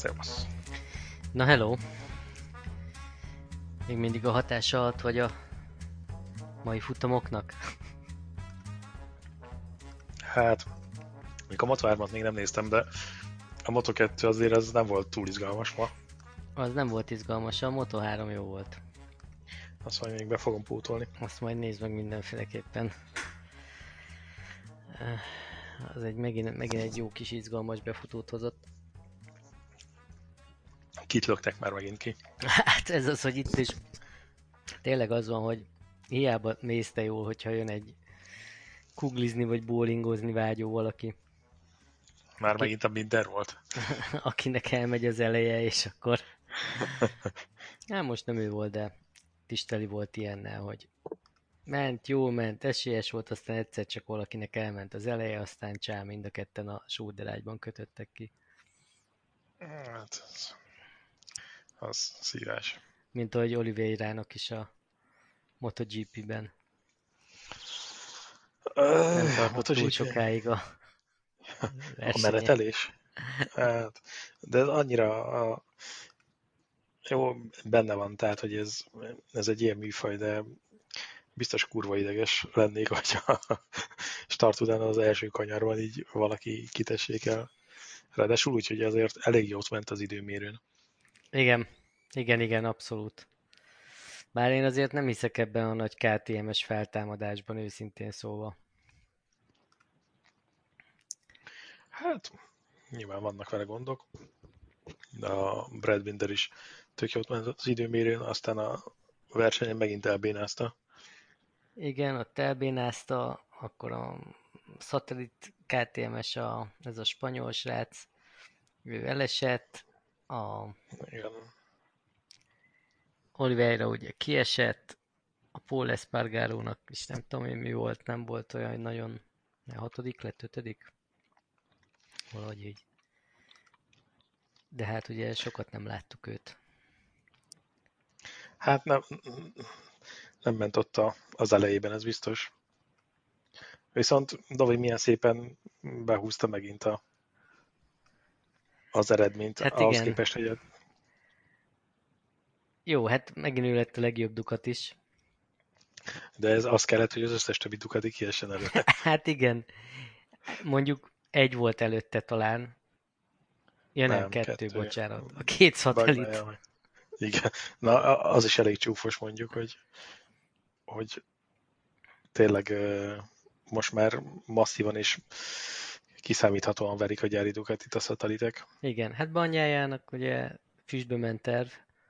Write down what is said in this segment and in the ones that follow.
Szevasz. Na hello! Még mindig a hatása alatt vagy a mai futamoknak? Hát, még a Moto3-at még nem néztem, de a Moto2 azért ez nem volt túl izgalmas ma. Az nem volt izgalmas, a Moto3 jó volt. Azt majd még be fogom pótolni. Azt majd nézd meg mindenféleképpen. Az megint egy jó kis izgalmas befutót hozott. Kit löktek már megint ki? Hát ez az, hogy itt is tényleg az van, hogy hiába mész te jól, hogyha jön egy kuglizni vagy bowlingozni vágyó valaki. Már megint a Binder volt. Akinek elmegy az eleje, és akkor... Hát most nem ő volt, de Tisteli volt ilyennel, hogy jól ment, esélyes volt, aztán egyszer csak valakinek elment az eleje, aztán csá, mind a ketten a súrderágyban kötöttek ki. Hát, az szívás. Mint ahogy Oliveira-nak is a MotoGP-ben. Nem tartott túl sokáig a A menetelés? Hát, de ez annyira jó, benne van, tehát, hogy ez egy ilyen műfaj, de biztos kurva ideges lennék, hogyha start után az első kanyarban így valaki kitessék el. Ráadásul úgy, hogy azért elég jót ment az időmérőn. Igen, abszolút. Bár én azért nem hiszek ebben a nagy KTM-es feltámadásban, őszintén szólva. Hát, nyilván vannak vele gondok, de a Brad Binder is tök jót ment az időmérőn, aztán a versenyen megint elbénázta. Igen, ott elbénázta, akkor a szatellit KTM-es, ez a spanyol srác, ő elesett, a Igen. Oliveira ugye kiesett, a Paul Espargarónak is nem tudom én mi volt, nem volt olyan, hogy nagyon hatodik lett, ötödik? Valahogy így. De hát ugye sokat nem láttuk őt. Hát nem ment ott az elejében, ez biztos. Viszont Davi milyen szépen behúzta megint az eredményt, Hát ahhoz igen, képest, hogy jó, hát megint ő lett a legjobb Ducat is. de ez az kellett, hogy az összes többi Ducati kiessen előle. Hát igen, mondjuk egy volt előtte talán. Ja nem, Nem, kettő, kettő. bocsánat. A két szatellit. Igen. Na, az is elég csúfos mondjuk, hogy tényleg most már masszívan és kiszámíthatóan verik a gyári Ducatit a szatelitek. Igen, hát Banyájának ugye füstbe ment terv.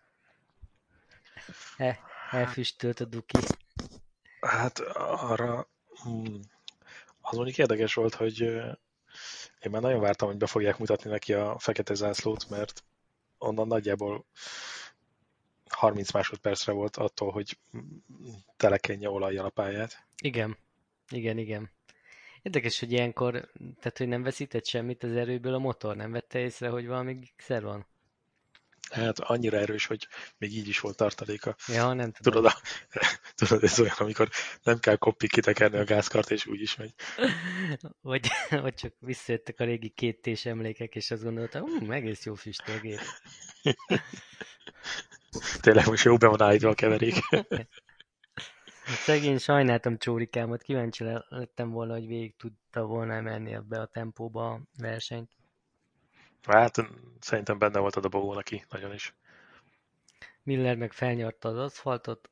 Elfüstölt a Duki. Hát arra az mondjuk érdekes volt, hogy én már nagyon vártam, hogy be fogják mutatni neki a fekete zászlót, mert onnan nagyjából 30 másodpercre volt attól, hogy telekenje olajjal a pályát. Igen. Érdekes, hogy ilyenkor, tehát hogy nem veszített semmit az erőből a motor, nem vette észre, hogy valami gigszer van? Hát annyira erős, hogy még így is volt tartaléka. Ja, nem tudom. Tudod, tudod, ez olyan, amikor nem kell koppig kitekerni a gázkart, és úgy is megy. Vagy csak visszajöttek a régi kéttés emlékek, és azt gondoltam, egész jó füstöl a gép. Tényleg most jó be van állítva a keverék. Szegény, sajnáltam Csórikámat, kíváncsi lettem volna, hogy végig tudta volna menni ebbe a tempóba a versenyt. Hát szerintem benne volt a dobogó neki, nagyon is. Miller meg felnyarta az aszfaltot.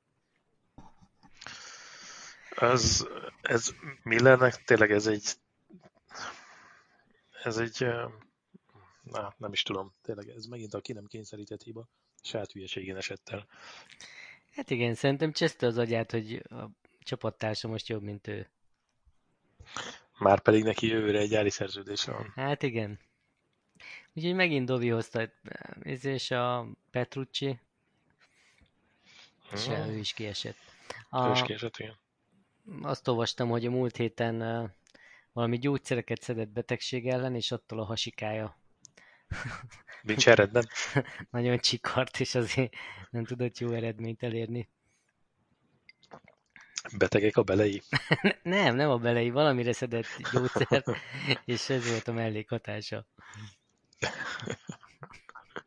Ez Millernek tényleg ez egy, nem is tudom, tényleg ez megint a ki nem kényszerített hiba, saját hülyeségén esett el. Hát igen, szerintem cseszte az agyát, hogy a csapattársa most jobb, mint ő. Már pedig neki jövőre egy gyári szerződése van. Hát igen. Úgyhogy megint Dovi hozta, és a Petrucci, és ő is kiesett. Ő is kiesett, igen. Azt olvastam, hogy a múlt héten valami gyógyszereket szedett betegség ellen, és attól a hasikája Nincs eredmény. nagyon csikart, és azért nem tudott jó eredményt elérni. Betegek a belei. Nem a belei, valamire szedett gyógyszert, és ez volt a mellékhatása.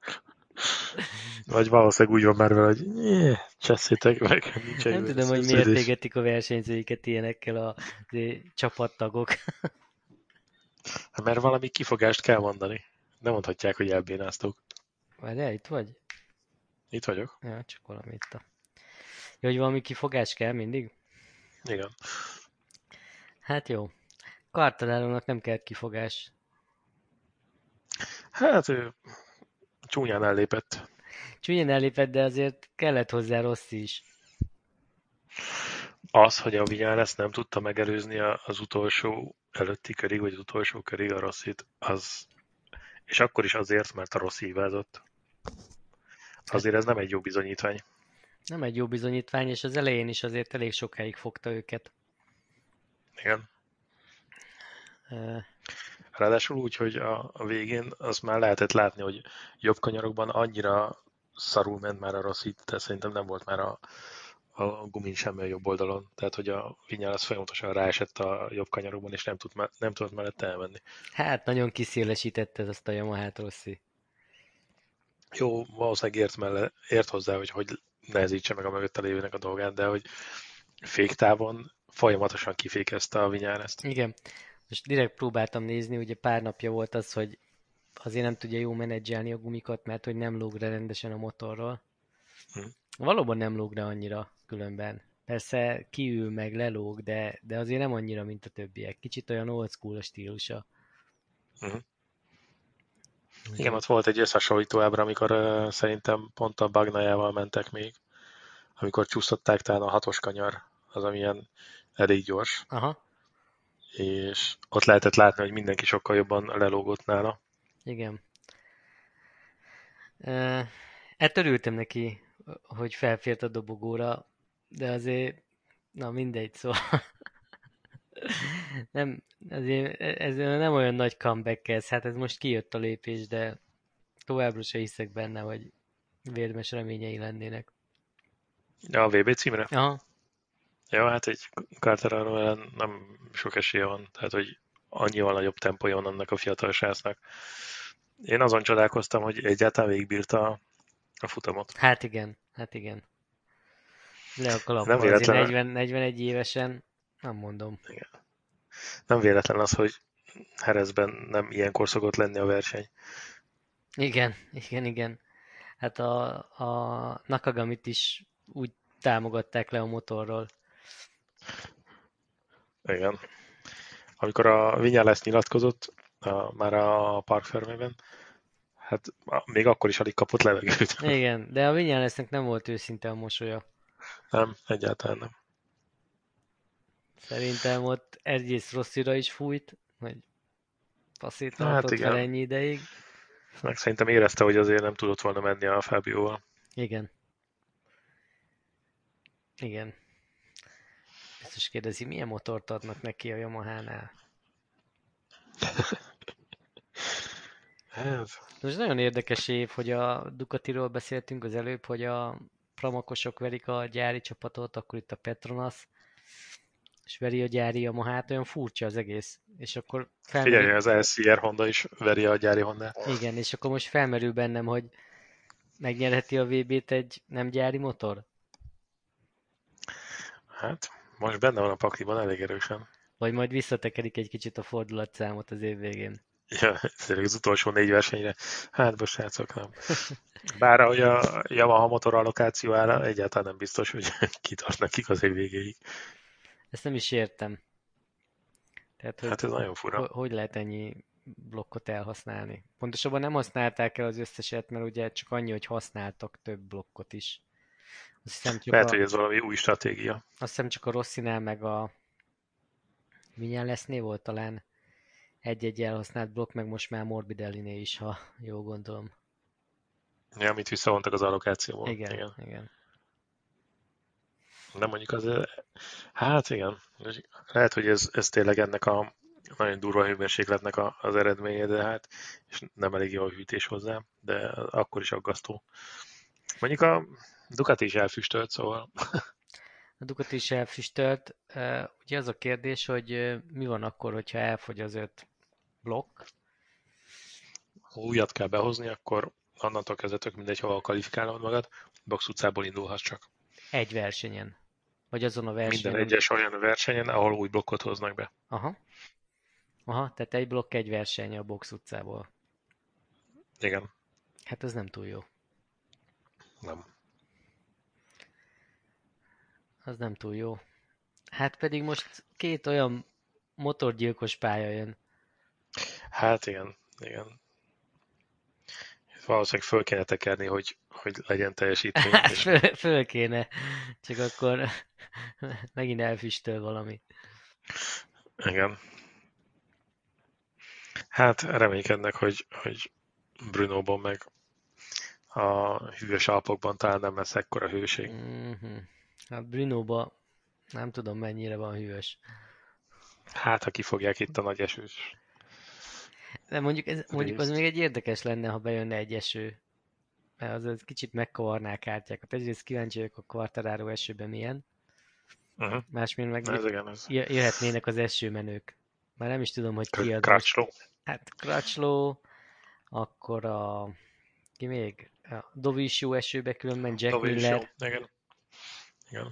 Vagy valószínűleg úgy van már vele, hogy cseszétek meg, nincs Nem egy tudom, hogy miért szerződés. égetik a versenyzőiket ilyenekkel a csapattagok. Hát mert valami kifogást kell mondani. Nem mondhatják, hogy elbénáztuk. Várjál, itt vagy? Itt vagyok. Ja, csak valami itt a... Ja, hogy valami kifogás kell mindig? Igen. Hát jó. Quartararo-nak nem kellett kifogás. Hát ő csúnyán ellépett. Csúnyán ellépett, de azért kellett hozzá rossz is. Az, hogy a Viñales nem tudta megelőzni az utolsó előtti körig, vagy az utolsó körig a Rossit, az... És akkor is azért, mert a Rossi hibázott. Hát Azért ez nem egy jó bizonyítvány. nem egy jó bizonyítvány, és az elején is azért elég sokáig fogta őket. Igen. Ö, Ráadásul úgy, hogy a végén azt már lehetett látni, hogy jobb kanyarokban annyira szarul ment már a Rossi, de szerintem nem volt már a gumin semmi a jobb oldalon. Tehát, hogy a Viñales folyamatosan ráesett a jobb kanyarokban, és nem tudott mellette elmenni. Hát nagyon kiszélesítette ezt a Yamahát Rossi. Jó, valószínűleg ért hozzá, hogy nehezítse meg a mögötte lévőnek a dolgát, de hogy féktávon folyamatosan kifékezte a Viñáleszt. Igen, most direkt próbáltam nézni, ugye pár napja volt az, hogy azért nem tudja jó menedzselni a gumikat, mert hogy nem lóg le rendesen a motorról. Hm. Valóban nem lóg le annyira különben. Persze kiül meg, lelóg, de azért nem annyira, mint a többiek. Kicsit olyan old school a stílusa. Hm. Igen, Úgyhogy, ott volt egy összehasonlító ábra, amikor szerintem pont a Bagnájával mentek még, amikor csúsztatták talán a hatos kanyar, az amilyen elég gyors, aha, és ott lehetett látni, hogy mindenki sokkal jobban lelógott nála. igen. Ettől örültem neki, hogy felfért a dobogóra, de azért, na mindegy, szóval nem, azért ez nem olyan nagy comeback ez, hát ez most kijött a lépés, de továbbra se hiszek benne, hogy vérmes reményei lennének. Ja, a VB címre? Aha, Ja, hát egy Quartararo ellen nem sok esélye van, tehát hogy annyival nagyobb tempója van annak a fiatal srácnak. Én azon csodálkoztam, hogy egyáltalán végigbírta a futamot. hát igen, hát igen. Le a Nem kalappal, azért véletlen, 40-41 évesen, nem mondom. nem véletlen az, hogy Jerezben nem ilyenkor szokott lenni a verseny. Igen, igen, igen. Hát a Nakagamit is úgy támogatták le a motorról. Igen. Amikor a Viñales nyilatkozott, már a Park Fermében, hát még akkor is alig kapott levegőt. Igen, de a Viñalesnek nem volt őszinte a mosolya. Nem, egyáltalán nem. Szerintem ott egyrészt Rosszira is fújt, hogy passzét Hát tartott vele igen, ennyi ideig. meg szerintem érezte, hogy azért nem tudott volna menni a Fábióval. Igen, igen. Biztos kérdezi, milyen motort adnak neki a Yamaha-nál. Hát, Most nagyon érdekes év, hogy a Ducatiról beszéltünk az előbb, hogy a pramakosok verik a gyári csapatot, akkor itt a Petronas, és veri a gyári Yamahát, olyan furcsa az egész. És akkor figyelj, felmerül, az LCR Honda is veri a gyári Hondát. igen, és akkor most felmerül bennem, hogy megnyerheti a VB-t egy nem gyári motor? Hát, most benne van a pakliban elég erősen. Vagy majd visszatekerik egy kicsit a fordulatszámot az év végén? Ja, tényleg az utolsó 4 versenyre. Hát most srácok, nem. Bár ahogy a Yamaha motor allokáció áll, egyáltalán nem biztos, hogy kitart nekik az év végéig. Ezt nem is értem. Tehát, Hát ez nagyon fura. hogy lehet ennyi blokkot elhasználni? Pontosabban nem használták el az összeset, mert ugye csak annyi, hogy használtak több blokkot is. Azt hiszem csak Lehet, a, hogy ez valami új stratégia. azt hiszem csak a Rossinál meg a Vinyalesznél volt talán egy-egy elhasznált blokk, meg most már Morbidellinél is, ha jól gondolom. Ja, amit visszavontak az allokációból. Igen, Igen. igen. Nem mondjuk az... Hát igen. Lehet, hogy ez tényleg ennek a nagyon durva hőmérsékletnek az eredménye, de hát és nem elég jó a hűtés hozzá, de akkor is aggasztó. Mondjuk a Ducati is elfüstölt, szóval A Ducati is elfüstölt. Ugye az a kérdés, hogy mi van akkor, hogyha elfogy az 5 blokk, ha újat kell behozni, akkor onnantól kezdve tök mindegy, hova kvalifikálod magad, box utcából indulhatsz csak. Egy versenyen. Vagy azon a Minden versenyen, egyes olyan versenyen, ahol új blokkot hoznak be. Aha. Aha, tehát egy blokk, egy verseny a box utcából. Igen, Hát ez nem túl jó. nem. Az nem túl jó. Hát pedig most két olyan motorgyilkos pálya jön. Hát igen. Valószínűleg föl kéne tekerni, hogy legyen teljesítmény, Hát és föl kéne. Csak akkor megint elfüstöl valami. igen. Hát reménykednek, hogy Brunóban meg a hűvös Alpokban talán nem lesz ekkora hőség. Mhm. Hát Brunóba nem tudom mennyire van hűvös. Hát, ha kifogják itt a nagy esős De mondjuk az még részt. egy érdekes lenne, ha bejönne egy eső. Mert az kicsit megkavarná a kártyákat. Egyrészt kíváncsi vagyok a Quartararo esőben milyen. Uh-huh. Másmilyen meg Ez igen, ez jöhetnének az esőmenők. Már nem is tudom, hogy ki az most. Crutchlow. Hát Crutchlow, akkor ki még? A Dovi is jó esőbe, különben Jack Dove is jó. Miller. Igen.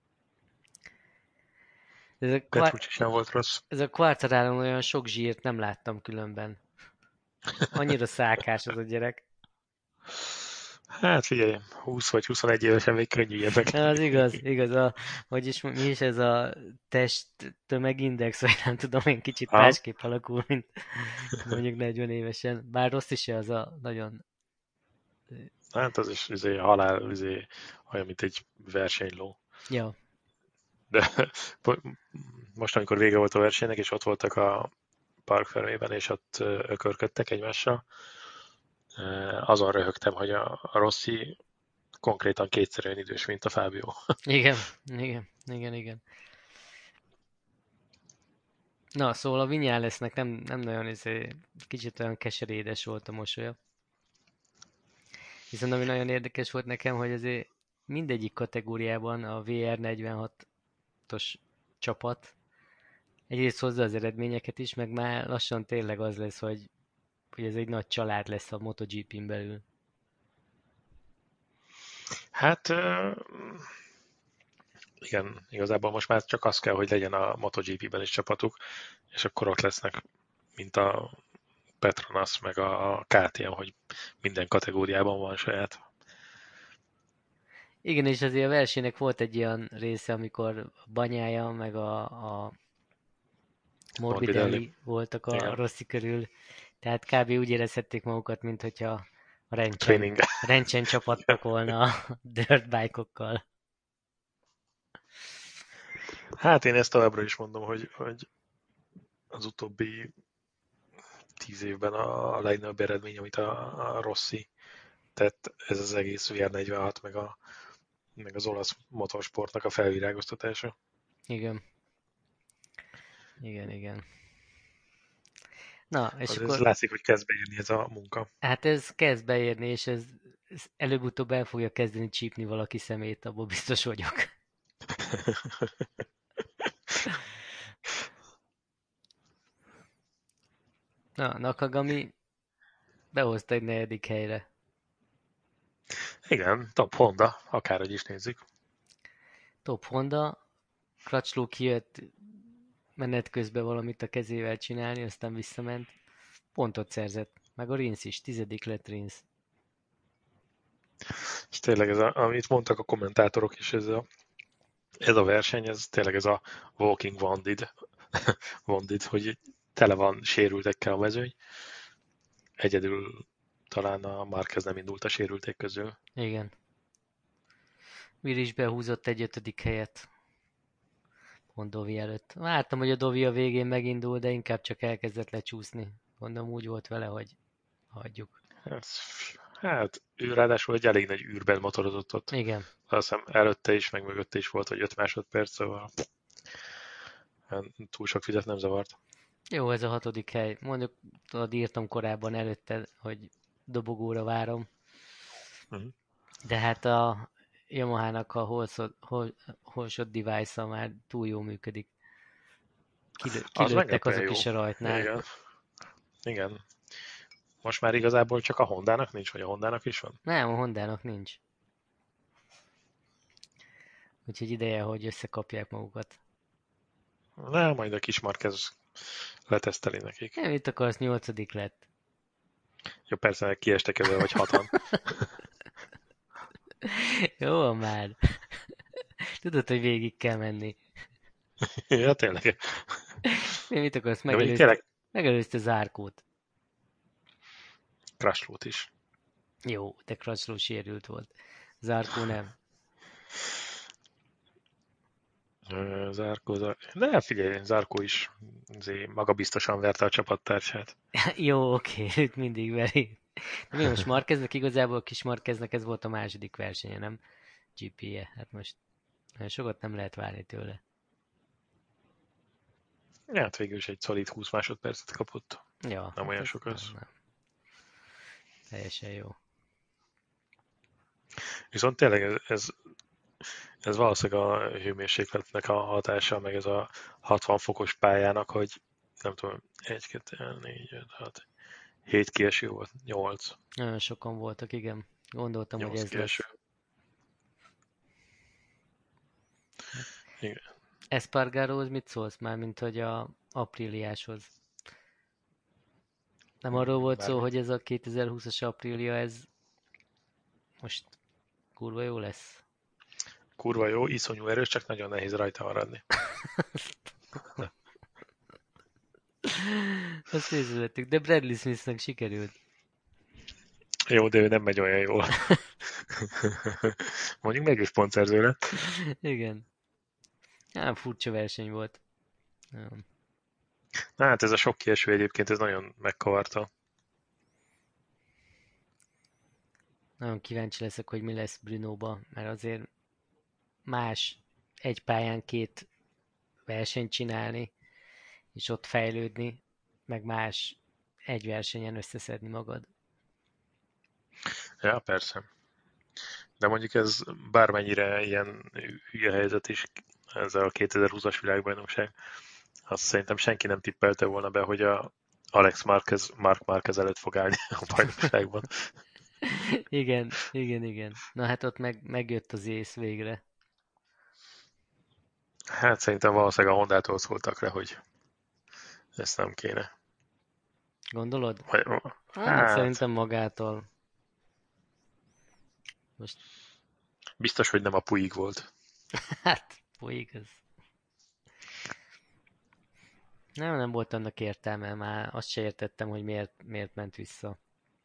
Ez a, Petrucci sem volt rossz. ez a Quartararo olyan sok zsírt nem láttam különben. Annyira szákás az a gyerek. Hát figyelj, 20 vagy 21 évesen még könnyű ilyenek Na, az lenni. igaz, mi is ez a test tömegindex, vagy nem tudom, én kicsit Ha? másképp alakul, mint mondjuk 40 évesen. Bár rossz is az a nagyon... Hát az is halál, olyan, mint egy versenyló. Ja, De most, amikor vége volt a versenynek, és ott voltak a Park Fermében, és ott ökörködtek egymással, azon röhögtem, hogy a Rossi konkrétan kétszer olyan idős, mint a Fábio. igen. Na, szóval a Vinyálesznek nem nagyon kicsit olyan keserédes volt a mosolya. Viszont ami nagyon érdekes volt nekem, hogy azért mindegyik kategóriában a VR46-os csapat egyrészt hozza az eredményeket is, meg már lassan tényleg az lesz, hogy ez egy nagy család lesz a MotoGP-n belül. Hát igen, igazából most már csak az kell, hogy legyen a MotoGP-ben is csapatuk, és akkor ott lesznek, mint a Petronas, meg a KTM, hogy minden kategóriában van saját. Igen, és azért a versenynek volt egy olyan része, amikor Banyája meg a Morbidelli. Morbidelli voltak a Igen, Rossi körül, tehát kb. Úgy érezhették magukat, mint hogyha a tréning. Rencsen csapattak volna a dirtbike-okkal. Hát én ezt továbbra is mondom, hogy az utóbbi 10 évben a legnagyobb eredmény, amit a Rossi tett, ez az egész VR46, meg az olasz motorsportnak a felvirágoztatása. Igen, igen. Na, és Az akkor látszik, hogy kezd beérni ez a munka. hát ez kezd beérni, és ez előbb-utóbb el fogja kezdeni csípni valaki szemét, abból biztos vagyok. Na, Nakagami behozta egy negyedik helyre. Igen, top Honda, akárhogy is nézzük. Top Honda, Crutchlow kijött menet közben valamit a kezével csinálni, aztán visszament. Pontot szerzett. Meg a Rins is, 10. lett Rins. És tényleg amit mondtak a kommentátorok is, ez a verseny, ez tényleg ez a Walking Wounded, wounded, hogy tele van sérültekkel a mezőny. Egyedül talán a Márquez nem indult a sérültek közül. Igen. Mir is behúzott egy 5. helyet. Pont Dovi előtt. Vártam, hogy a Dovi a végén megindul, de inkább csak elkezdett lecsúszni. Mondom, úgy volt vele, hogy hagyjuk. Ez, hát ő ráadásul egy elég nagy űrben motorozott ott. Igen. Azt hiszem előtte is, meg mögötte is volt, hogy 5 másodperc, szóval túl sok vizet nem zavart. Jó, ez a 6. hely. Mondjuk, tudod, írtam korábban előtte, hogy dobogóra várom. Uh-huh. De hát a Yamaha-nak a Whole-shot device-a már túl jól működik. Az Kilőttek meglepően azok jó. is a rajtnál. Igen. Igen. most már igazából csak a Hondának nincs, vagy a Hondának is van? Nem, a Hondának nincs. Úgyhogy ideje, hogy összekapják magukat. Nem, majd a kis Marquez leteszteli nekik. Nem, mit akarsz, 8. lett. Jó, persze kiestek ezzel, vagy hatan. Jó már. Tudod, hogy végig kell menni. Ja, tényleg. Mit akarsz, De mondjuk tényleg megelőzte Zárkót. Crutchlow is. Jó, de Crutchlow sérült volt. Zárkó nem. Zarko. De figyelj, Zarko is magabiztosan verte a csapattársát. Jó, oké, őt mindig veri. De mi most Marqueznek igazából, kis Marqueznek ez volt a második versenye, nem GP-je. Hát most sokat nem lehet várni tőle. Ja, hát végül is egy szolid 20 másodpercet kapott. Ja, Nem olyan ez sok az. nem. Teljesen jó. Viszont tényleg ez valószínűleg a hőmérsékletnek a hatása, meg ez a 60 fokos pályának, hogy nem tudom, 1, 2, 4, 5, 6, 7 kieső volt, 8. Nagyon sokan voltak, igen. Gondoltam, hogy 8 ez kieső. lesz. Igen. Espargaróhoz mit szólsz már, mint hogy a Apriliáshoz? Nem arról volt szó, hogy ez a 2020-as Aprilia, ez most kurva jó lesz? Kurva jó, iszonyú erős, csak nagyon nehéz rajta maradni. Azt észrevettük, de Bradley Smithnek sikerült. Jó, de ő nem megy olyan jól. Mondjuk mégis pontszerző lett. Igen. Furcsa verseny volt. Nem. Hát ez a sok kieső egyébként, ez nagyon megkavarta. Nagyon kíváncsi leszek, hogy mi lesz Brunóba, mert azért más egy pályán 2 versenyt csinálni, és ott fejlődni, meg más egy versenyen összeszedni magad. Ja, persze. De mondjuk ez bármennyire ilyen hülye helyzet is, ez a 2020-as világbajnokság, azt szerintem senki nem tippelte volna be, hogy a Mark Marquez előtt fog állni a bajnokságban. Igen. Na hát ott megjött az ész végre. Hát szerintem valószínűleg a Hondától szóltak le, hogy ezt nem kéne. Gondolod? Vagy, Hát szerintem magától. Most biztos, hogy nem a Puig volt. hát, folyik ez. Nem volt annak értelme, már azt se értettem, hogy miért ment vissza.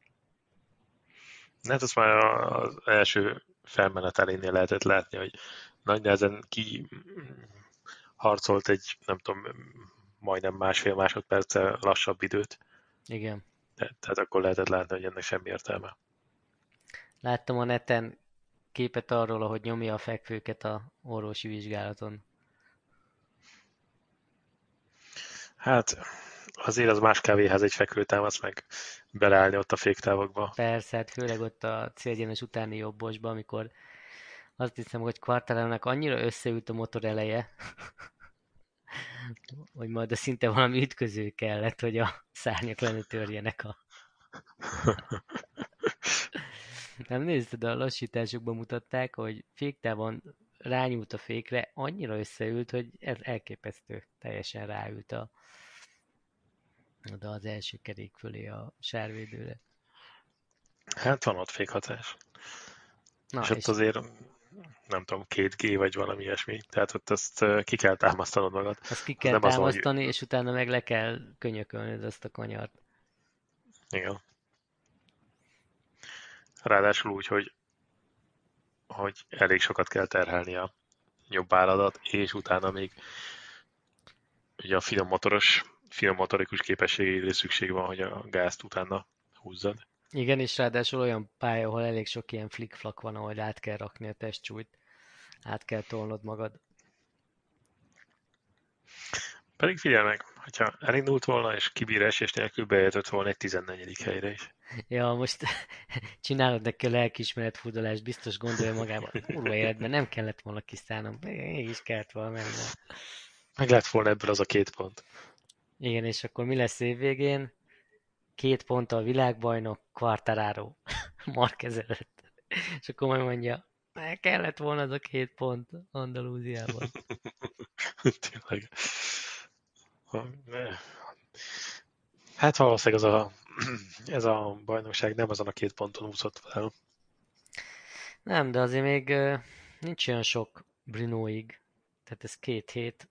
Hát azt már az első felmenetelénél lehetett látni, hogy nagy nehezen ki harcolt egy, nem tudom, majdnem 1,5 másodperccel lassabb időt. Igen. Tehát akkor lehetett látni, hogy ennek semmi értelme. Láttam a neten képet arról, ahogy nyomja a fekvőket a orvosi vizsgálaton. Hát azért az más kávéház egy fekvőtámasz meg beleállni ott a féktávokba. Persze, hát főleg ott a célgyenes utáni jobbosban, amikor azt hiszem, hogy Quartararo-nak annyira összeült a motor eleje, hogy majd a szinte valami ütköző kellett, hogy a szárnyak le ne törjenek a... Nem nézted, a lassításokban mutatták, hogy féktávon rányúlt a fékre, annyira összeült, hogy ez elképesztő. Teljesen ráült oda az első kerék fölé a sárvédőre. Hát van ott fékhatás. Na, És ott azért, nem tudom, 2G vagy valami ilyesmi. Tehát ott azt ki kell támasztanod magad. azt ki Az kell nem az, támasztani, hogy... és utána meg le kell könyökölnöd azt a kanyart. Igen. Ráadásul úgy, hogy elég sokat kell terhelni a jobb álladat, és utána még ugye a finom motorikus képességeire szükség van, hogy a gázt utána húzzad. Igen, és ráadásul olyan pálya, ahol elég sok ilyen flick-flak van, ahol át kell rakni a testsúlyt. Át kell tolnod magad. Pedig figyelj meg, hogyha elindult volna, és kibír esés nélkül bejutott volna egy 14. helyre is. Ja, most csinálod neki a lelkiismeret furdalást, biztos gondolja magában. Kurva életben nem kellett volna kiszállnom. Mégis kellett volna mennem. Meg lett volna ebből az a 2 pont. Igen, és akkor mi lesz évvégén? 2 ponttal világbajnok Quartararo Marquez előtt. És akkor majd mondja, kellett volna az a 2 pont Andalúziában. Tényleg. Hát valószínűleg ez a bajnokság nem azon a 2 ponton úszott fel. Nem, de azért még nincs olyan sok Brunoig. Tehát ez 2 hét.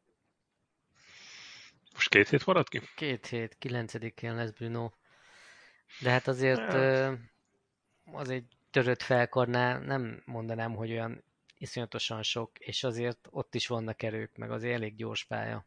Most 2 hét maradt ki? 2 hét, 9-én lesz Bruno. De hát azért Hát, az egy törött felkarnál nem mondanám, hogy olyan iszonyatosan sok, és azért ott is vannak erők, meg azért elég gyors pálya.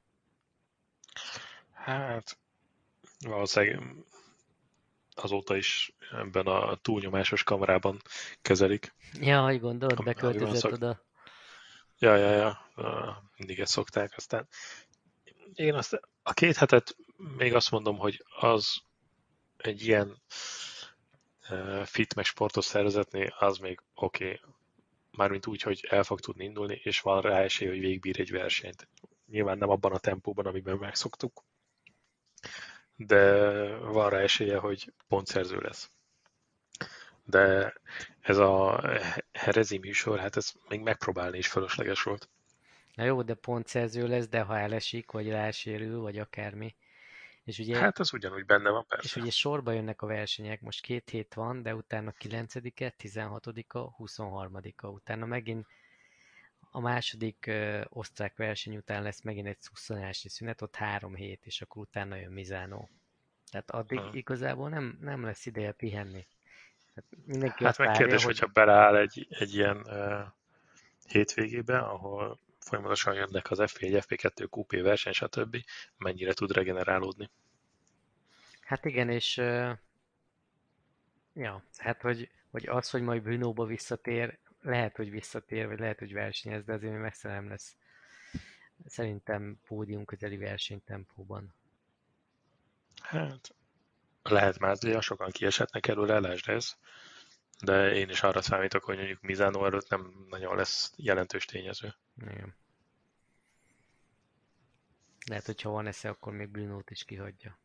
hát valószínűleg azóta is ebben a túlnyomásos kamerában kezelik, Ja, hogy gondolod, amiben beköltözött oda. Ja, mindig ezt szokták. Aztán én a 2 hetet még azt mondom, hogy az egy ilyen fit meg sportos szervezetnél az még oké. Mármint úgy, hogy el fog tudni indulni, és van rá esély, hogy végigbír egy versenyt. Nyilván nem abban a tempóban, amiben megszoktuk, de van rá esélye, hogy pontszerző lesz. De ez a herezi műsor, hát ez még megpróbálni is fölösleges volt. Na jó, de pontszerző lesz, de ha elesik, vagy rásérül, vagy akármi. És ugye, Hát ez ugyanúgy benne van, és persze. ugye sorba jönnek a versenyek, most 2 hét van, de utána 9-e, 16-a, 23-a, utána megint a második osztrák verseny után lesz megint egy szusszanási szünet, ott 3 hét, és akkor utána jön Mizánó. Tehát addig Hm. igazából nem lesz ideje pihenni. Tehát mindenki Hát azt meg várja, kérdés, hogy hogyha beleáll egy ilyen hétvégébe, ahol folyamatosan jönnek az F1, FP2, QP verseny, stb. Mennyire tud regenerálódni. hát igen, és ja, hát hogy az, hogy majd Brunóba visszatér, lehet, hogy visszatér, vagy lehet, hogy versenyez, de azért még messze nem lesz. Szerintem pódium közeli versenytempóban. Hát lehet mázlia, sokan kiesetnek előle, lásd ez, de én is arra számítok, hogy mondjuk Mizano előtt nem nagyon lesz jelentős tényező. Igen. Lehet, hogy ha van esze, akkor még Brunót is kihagyja.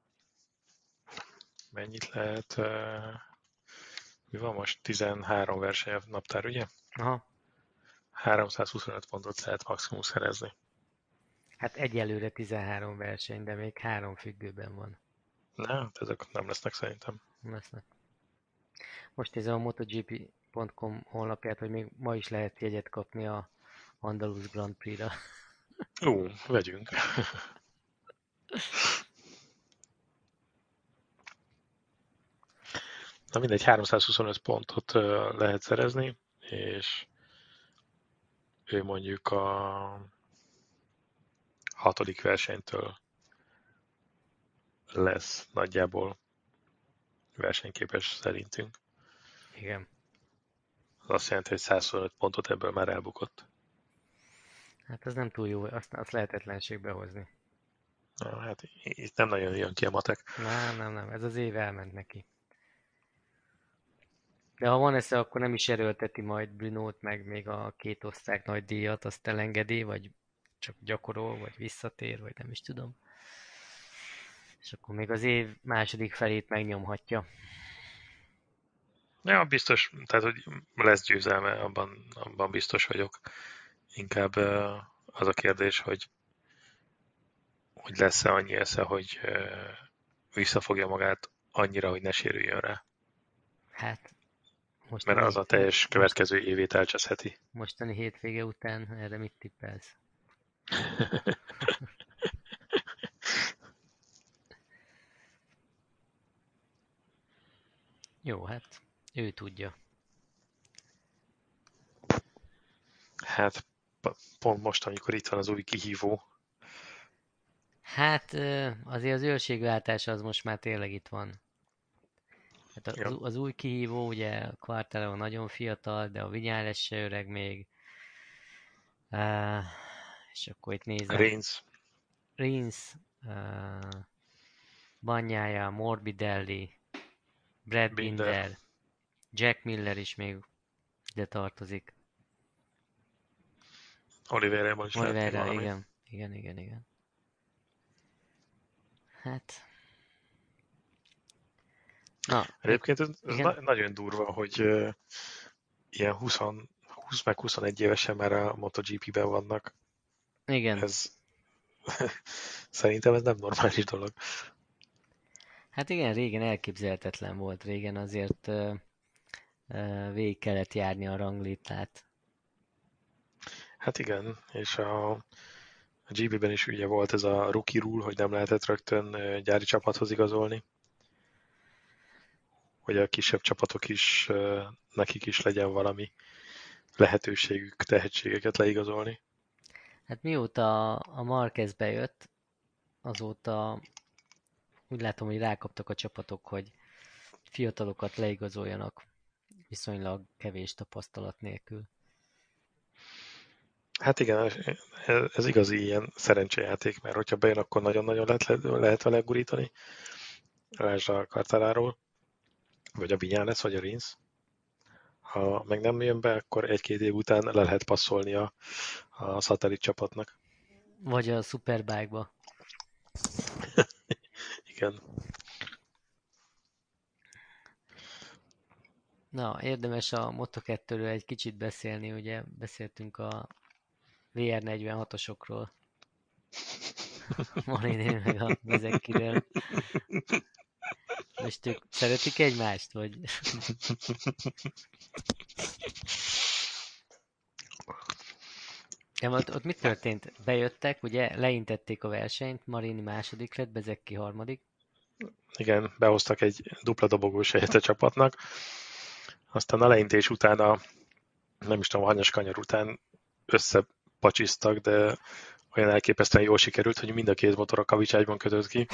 Mennyit lehet? Mi van most? 13 verseny a naptár, ugye? Aha, 325 pontot lehet maximum szerezni. hát egyelőre 13 verseny, de még 3 függőben van. Nem, ezek nem lesznek szerintem. Nem lesznek. Most nézem a MotoGP.com honlapját, hogy még ma is lehet jegyet kapni a Andalus Grand Prix-ra. Vegyünk. Na mindegy, 325 pontot lehet szerezni, és ő mondjuk a 6. versenytől lesz nagyjából versenyképes szerintünk. Igen. Az azt jelenti, hogy 125 pontot ebből már elbukott. Hát ez nem túl jó, azt lehetetlenség behozni. Na, hát itt nem nagyon jön ki a matek. Nem, ez az év elment neki. De ha van esze, akkor nem is erőlteti majd Brunót, meg még a 2 osztrák nagy díjat, azt elengedi, vagy csak gyakorol, vagy visszatér, vagy nem is tudom. És akkor még az év második felét megnyomhatja. Ja, biztos, tehát hogy lesz győzelme, abban biztos vagyok. Inkább az a kérdés, hogy lesz-e annyi esze, hogy visszafogja magát annyira, hogy ne sérüljön rá. Hát Mert mostani, az a teljes most, következő évét elcseszheti. mostani hétvége után erre mit tippelsz? Jó, hát ő tudja. Hát pont most, amikor itt van az új kihívó. Hát azért az őrségváltás az most már tényleg itt van. Hát Ja. az új kihívó, ugye Quartararo nagyon fiatal, de a Viñales se öreg még. Uh, és akkor itt nézem. Reigns, Rins, Bagnaia, Morbidelli, Brad Binder, Binder, Jack Miller is még ide tartozik. Oliveira-ból is lehet még Oliveira, valami. igen. Hát Na, Egyébként ez igen? nagyon durva, hogy ilyen 20 meg 21 évesen már a MotoGP-ben vannak. Igen. Ez szerintem ez nem normális dolog. Hát igen, régen elképzelhetetlen volt. Régen azért végig kellett járni a ranglistát. Hát igen, és a GB-ben is ugye volt ez a rookie rule, hogy nem lehetett rögtön gyári csapathoz igazolni, hogy a kisebb csapatok is, nekik is legyen valami lehetőségük tehetségeket leigazolni. Hát mióta a Marquez bejött, azóta úgy látom, hogy rákaptak a csapatok, hogy fiatalokat leigazoljanak viszonylag kevés tapasztalat nélkül. Hát igen, ez igazi ilyen szerencsejáték, mert hogyha bejön, akkor nagyon-nagyon lehet vele gurítani. Lásd a Quartararól, vagy a Viñales, vagy a Rins. Ha meg nem jön be, akkor egy-két év után le lehet passzolni a szatellit csapatnak. Vagy a Superbike-ba. Igen. Na, érdemes a Moto2-ről egy kicsit beszélni, ugye beszéltünk a VR46-osokról, Marini meg a Bezzecchiről. Most ők szeretik egymást, vagy? Ja, ott mi történt? Bejöttek, ugye leintették a versenyt, Marini második lett, Bezzecchi harmadik. Igen, behoztak egy dupla dobogós helyet a csapatnak. Aztán a leintés után nem is tudom, hanyas kanyar után összepacsisztak, de olyan elképesztően jól sikerült, hogy mind a két motor a kavicságyban kötött ki.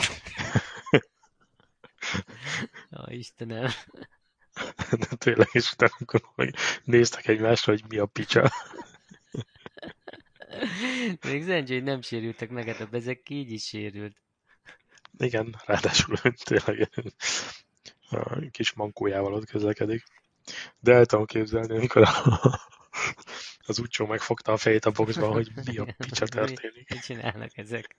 Ja, Istenem. De tényleg, és utána akkor hogy néztek egymásra, hogy mi a picsa. Még szerencsé, hogy nem sérültek meg, hát a Bezzecchi így is sérült. Igen, ráadásul tényleg a kis mankójával ott közlekedik. De el tudom képzelni, amikor az úcsó megfogta a fejét a boxban, hogy mi a picsa Hogy történik. mit csinálnak ezek?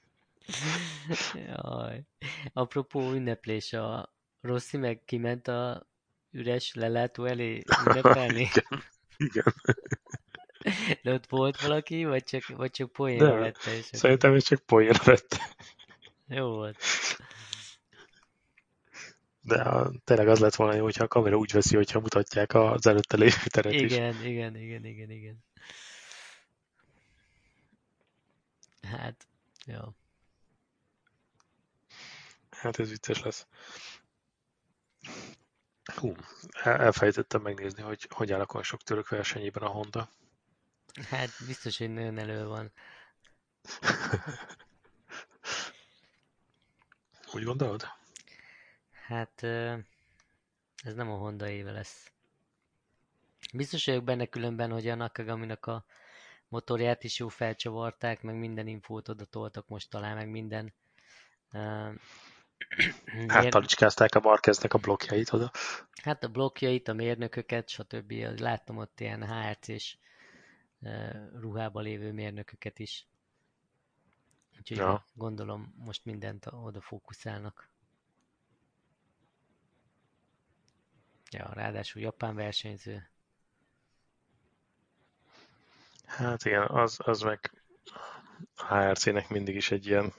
Jaj. Apropó ünneplés, a Rossi meg kiment a üres lelátó elé ünnepelni. Igen, igen. De ott volt valaki, vagy csak poénra De vette, és akkor szerintem ez csak poénra vette. jó volt. De tényleg az lett volna jó, hogyha a kamera úgy veszi, hogyha mutatják az előtte lévő teret is. Igen, igen, igen, igen, igen. Hát, jó. Hát ez vicces lesz. Hú, elfelejtettem megnézni, hogy áll a sok török versenyében a Honda. Hát biztos, hogy nagyon elő van. Úgy gondolod? Hát ez nem a Honda éve lesz. Biztos vagyok benne különben, hogy a Nakagaminak a motorját is jó felcsavarták, meg minden infót oda toltak most talán, meg minden. Uh, Hát mér... talicskázták a Marqueznek a blokkjait oda. Hát a blokkjait, a mérnököket, stb. Láttam ott ilyen HRC-s ruhába lévő mérnököket is. Úgyhogy Ja. gondolom most mindent oda fókuszálnak. Ja, ráadásul japán versenyző. Hát igen, az meg a HRC-nek mindig is egy ilyen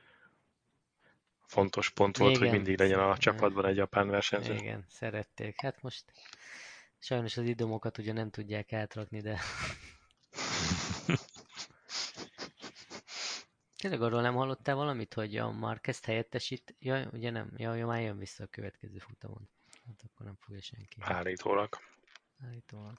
fontos pont volt, hogy Igen, mindig legyen a csapatban egy japán versenyző. igen, szerették. Hát most sajnos az idomokat ugye nem tudják átrakni, de tényleg arról nem hallottál valamit, hogy a Marquez helyettesít? Ja, ugye nem. Ja, már jön vissza a következő futamon. Hát akkor nem fogja senki. Állítólag. Állítólag.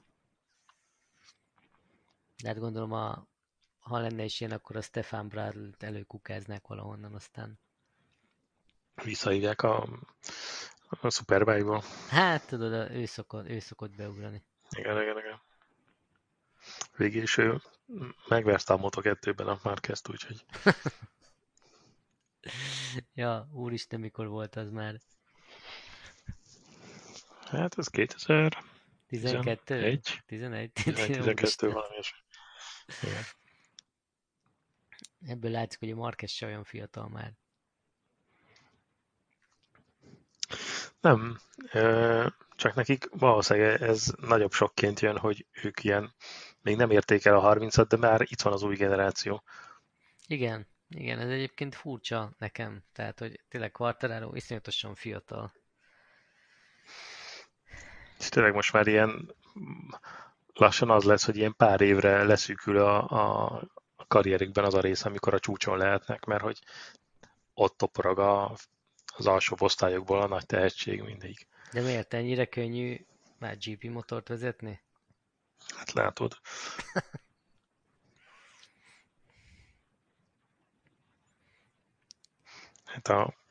De hát gondolom, ha lenne is ilyen, akkor a Stefan Bradl-t előkukáznák valahonnan, aztán Visszahívják a Superbike-ból. hát tudod, ő szokott beugrani. Igen, igen, igen. Végül is ő megverte a Moto2-ben a Marquez-t, úgyhogy Ja, úristen, mikor volt az már? hát ez 2011, 12? 11? 11-12 Úristen. valami ilyesmi. Igen. Ebből látszik, hogy a Marquez se olyan fiatal már. Nem, csak nekik valószínűleg ez nagyobb sokként jön, hogy ők ilyen, még nem érték el a 30-at, de már itt van az új generáció. Igen, igen, ez egyébként furcsa nekem. Tehát, hogy tényleg Quartararo iszonyatosan fiatal. És tényleg most már ilyen lassan az lesz, hogy ilyen pár évre leszűkül a karrierükben az a rész, amikor a csúcson lehetnek, mert hogy ott toporog az alsó osztályokból a nagy tehetség mindig. De miért ennyire könnyű már GP motort vezetni? Hát látod. Hát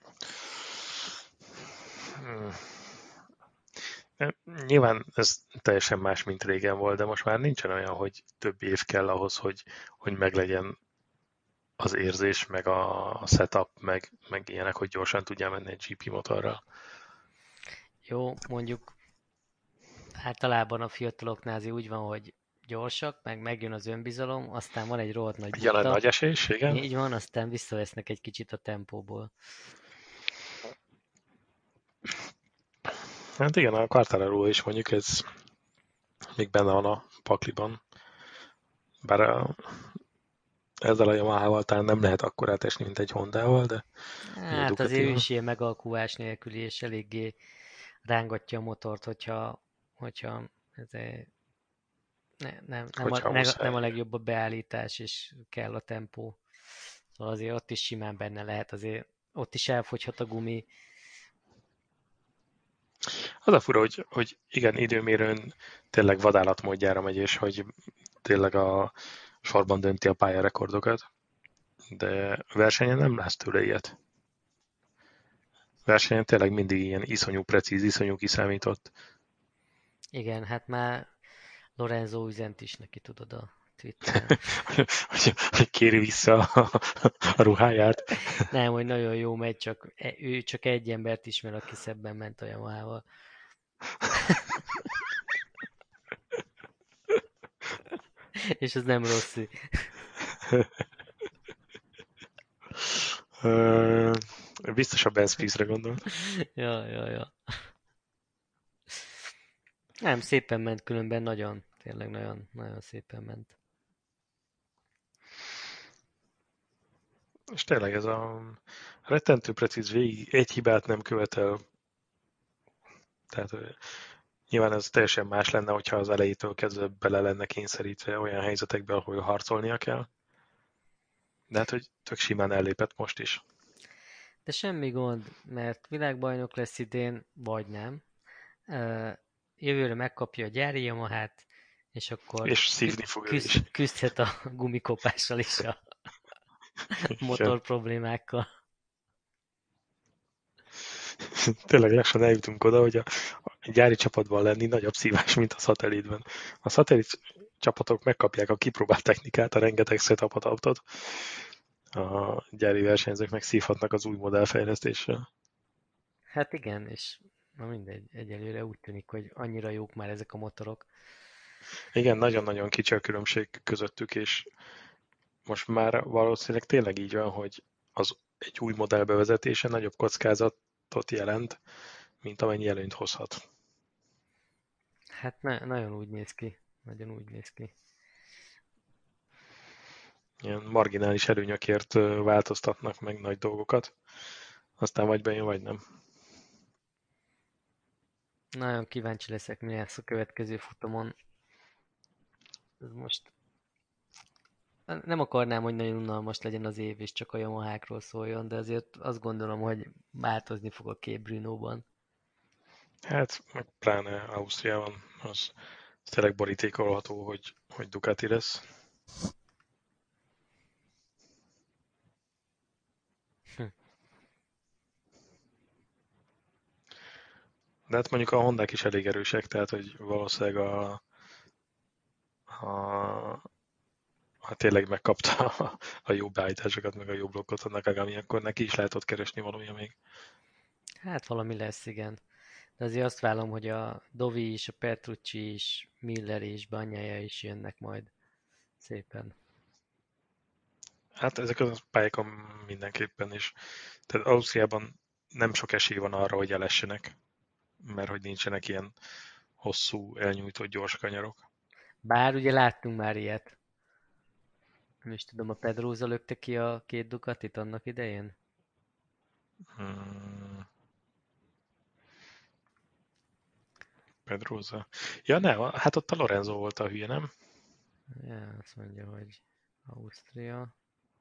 hmm, nyilván ez teljesen más, mint régen volt, de most már nincsen olyan, hogy több év kell ahhoz, hogy meglegyen az érzés, meg a setup, meg ilyenek, hogy gyorsan tudjál menni egy GP motorral. Jó, mondjuk általában a fiataloknál azért úgy van, hogy gyorsak, meg megjön az önbizalom, aztán van egy rohadt nagy Ilyen a bukta, nagy esés, igen. így van, aztán visszavesznek egy kicsit a tempóból. Hát igen, a Quartararo is mondjuk ez még benne van a pakliban. Bár ezzel a Yamaha-val talán nem lehet akkorát esni, mint egy Hondával, de így a Hát azért ő Ducatival. is ilyen megalkuvás nélküli, és eléggé rángatja a motort, hogyha ez Hogyha nem a muszáj. legjobb a beállítás, és kell a tempó. Szóval azért ott is simán benne lehet, azért ott is elfogyhat a gumi. Az a fura, hogy igen, időmérőn tényleg vadállatmódjára megy, és hogy tényleg a sorban dönti a pályarekordokat, de versenyen nem látsz tőle ilyet. Versenyen tényleg mindig ilyen iszonyú precíz, iszonyú kiszámított. Igen, hát már Lorenzo üzent is neki, tudod, a Twitteren. hogy kéri vissza a ruháját. Nem, hogy nagyon jó megy, csak ő csak egy embert ismer, aki szebben ment a Yamahával. És az nem rossz. Biztos a Ben Spies-re gondol. Ja, ja, ja. Nem, szépen ment különben, nagyon, tényleg nagyon, nagyon szépen ment. És tényleg ez a rettentő precíz végig, egy hibát nem követel. Tehát nyilván ez teljesen más lenne, hogyha az elejétől kezdve bele lenne kényszerítve olyan helyzetekbe, ahol harcolnia kell. De hát, hogy tök simán ellépett most is. De semmi gond, mert világbajnok lesz idén, vagy nem. Jövőre megkapja a gyári Yamahát, és akkor És szívni fog ő is. küzdhet a gumikopással is a Igen. motor problémákkal. Tényleg lassan eljutunk oda, hogy a gyári csapatban lenni nagyobb szívás, mint a szatellitben. A szatellit csapatok megkapják a kipróbált technikát, a rengeteg setup autót, a gyári versenyzők meg szívhatnak az új modellfejlesztéssel. Hát igen, és na mindegy, egyelőre úgy tűnik, hogy annyira jók már ezek a motorok. Igen, nagyon-nagyon kicsi a különbség közöttük, és most már valószínűleg tényleg így van, hogy egy új modell bevezetése nagyobb kockázatot jelent, mint amennyi előnyt hozhat. Hát nagyon úgy néz ki. Nagyon úgy néz ki. Ilyen marginális előnyökért változtatnak meg nagy dolgokat, aztán vagy bejön, vagy nem. Nagyon kíváncsi leszek, mi lesz a következő futamon. Ez most nem akarnám, hogy nagyon unalmas legyen az év, és csak a Yamahákról szóljon, de azért azt gondolom, hogy változni fog a kép Brunóban. Hát, meg pláne Ausztriában az tényleg borítékolható, hogy Ducati lesz. Hm. De hát mondjuk a Hondák is elég erősek, tehát hogy valószínűleg ha tényleg megkapta a jó beállításokat, meg a jó blokkot a Nakagami, akkor neki is lehet ott keresni valója még. Hát valami lesz, igen. De azért azt vállom, hogy a Dovi is, a Petrucci is, Miller is, Banyaja is jönnek majd szépen. Hát ezek a pályákon mindenképpen is. Tehát Ausztriában nem sok esély van arra, hogy elessenek. mert hogy nincsenek ilyen hosszú, elnyújtott gyors kanyarok. Bár ugye láttunk már ilyet. Nem is tudom, a Pedrosa lökte ki a két Ducatit annak idején? Hmm, Pedrosa. Ja, ne, hát ott a Lorenzo volt a hülye, nem? Ja, azt mondja, hogy Ausztria.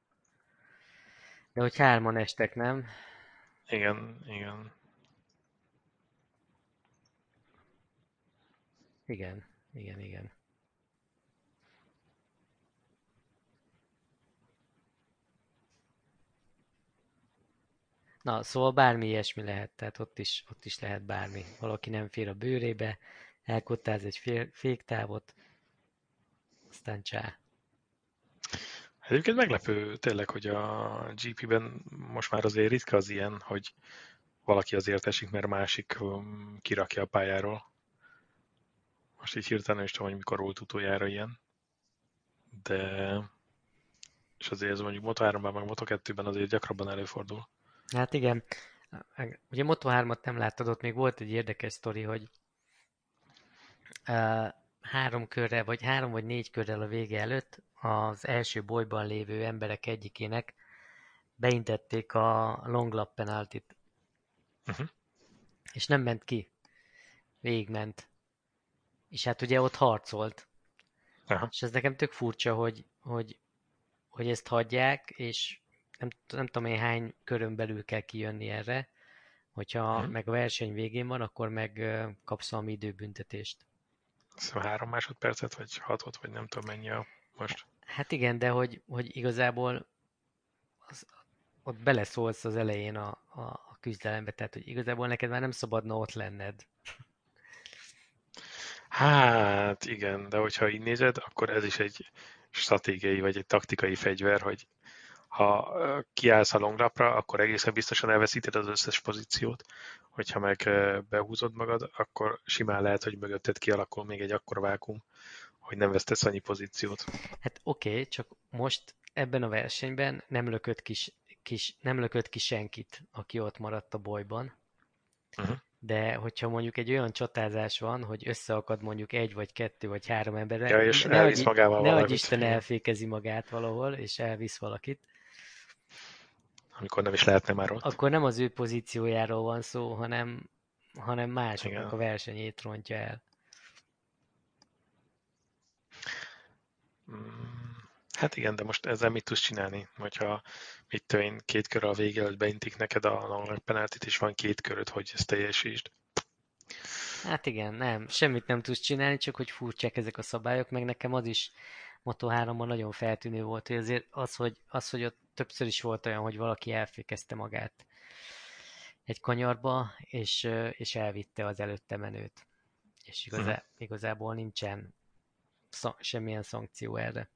De hogy hárman estek, nem? Igen, igen. Igen, igen, igen. Na, szóval bármi ilyesmi lehet, tehát ott is lehet bármi. Valaki nem fér a bőrébe, elkottáz egy féktávot, aztán csá. Egyébként meglepő tényleg, hogy a GP-ben most már azért ritka az ilyen, hogy valaki azért esik, mert másik kirakja a pályáról. Most így hirtelen nem is tudom, hogy mikor volt utoljára ilyen, de és azért ez mondjuk Moto3-ban, meg Moto2-ben azért gyakrabban előfordul. Hát igen, ugye Moto3-at nem láttad, ott még volt egy érdekes sztori, hogy három körrel, vagy három vagy négy körrel a vége előtt az első bolyban lévő emberek egyikének beintették a long lap penaltit, Uh-huh. és nem ment ki, végigment. És hát ugye ott harcolt. Aha. És ez nekem tök furcsa, hogy ezt hagyják, és nem tudom én hány körön belül kell kijönni erre, hogyha Uh-huh. meg a verseny végén van, akkor meg kapsz valami időbüntetést. Szóval 3 másodpercet, vagy 6-ot, vagy nem tudom mennyi a most. Hát igen, de hogy igazából az, ott beleszólsz az elején a küzdelembe, tehát hogy igazából neked már nem szabadna ott lenned. Hát igen, de hogyha így nézed, akkor ez is egy stratégiai vagy egy taktikai fegyver, hogy ha kiállsz a longrapra, akkor egészen biztosan elveszíted az összes pozíciót. Hogyha meg behúzod magad, akkor simán lehet, hogy mögötted kialakul még egy akkora vákum, hogy nem vesztesz annyi pozíciót. Hát oké, csak most ebben a versenyben nem lökött ki senkit, aki ott maradt a bolyban. Uh-huh. De hogyha mondjuk egy olyan csatázás van, hogy összeakad mondjuk egy vagy kettő vagy három emberre, Ja, és elvisz magával ne adj valakit, Isten igen. elfékezi magát valahol, és elvisz valakit, Amikor nem is lehetne már ott. akkor nem az ő pozíciójáról van szó, hanem másoknak Igen. a versenyét rontja el. Mm, hát igen, de most ezzel mit tudsz csinálni? Hogyha mit tudom én, 2 kör a vége előtt beintik neked a long penaltit, és van 2 köröd, hogy ezt teljesítsd. Hát igen, nem, semmit nem tudsz csinálni, csak hogy furcsák ezek a szabályok, meg nekem az is Moto3-ban nagyon feltűnő volt, hogy azért az, hogy ott többször is volt olyan, hogy valaki elfékezte magát egy kanyarba, és elvitte az előtte menőt. És Uh-huh. igazából nincsen semmilyen szankció erre.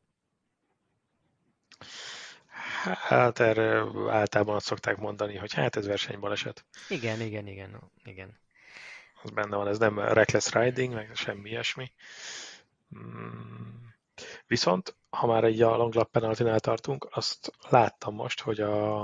Hát erre általában azt szokták mondani, hogy hát ez versenybaleset. Igen, igen, igen, igen. Az benne van, ez nem reckless riding, meg semmi ilyesmi. Mm, viszont, ha már egy a long lap penaltinál tartunk, azt láttam most, hogy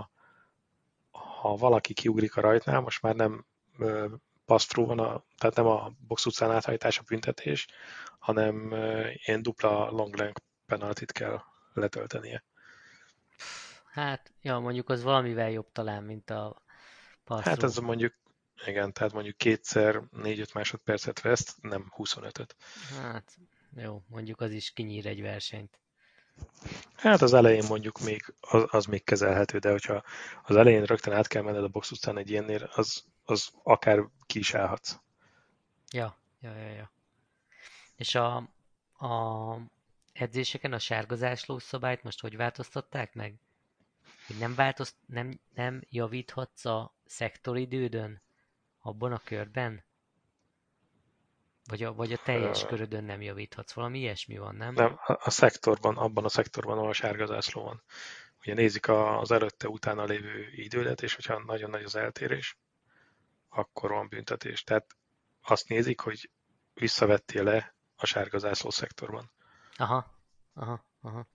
ha valaki kiugrik a rajtnál, most már nem pass-through van, tehát nem a box utcán áthajtás a büntetés, hanem ilyen dupla long length penaltit kell letöltenie. Hát, ja, mondjuk az valamivel jobb talán, mint a Hát pass. ez mondjuk, igen, tehát mondjuk kétszer 4-5 másodpercet veszt, nem 25-öt. Hát, jó, mondjuk az is kinyír egy versenyt. Hát az elején mondjuk még az még kezelhető, de hogyha az elején rögtön át kell menned a box utcán egy ilyennél, az akár ki is állhatsz. Ja, ja, ja, ja. És a edzéseken a sárga zászlós szabályt most hogy változtatták meg? Hogy nem javíthatsz a szektoridődön abban a körben? Vagy a teljes körödön nem javíthatsz. Valami ilyesmi van, nem? Nem, a szektorban, abban a szektorban, ahol a sárga zászló van. Ugye nézik az előtte utána lévő időlet, és hogyha nagyon nagy az eltérés, akkor van büntetés. Tehát azt nézik, hogy visszavettél le a sárga zászló szektorban. Aha, aha, aha.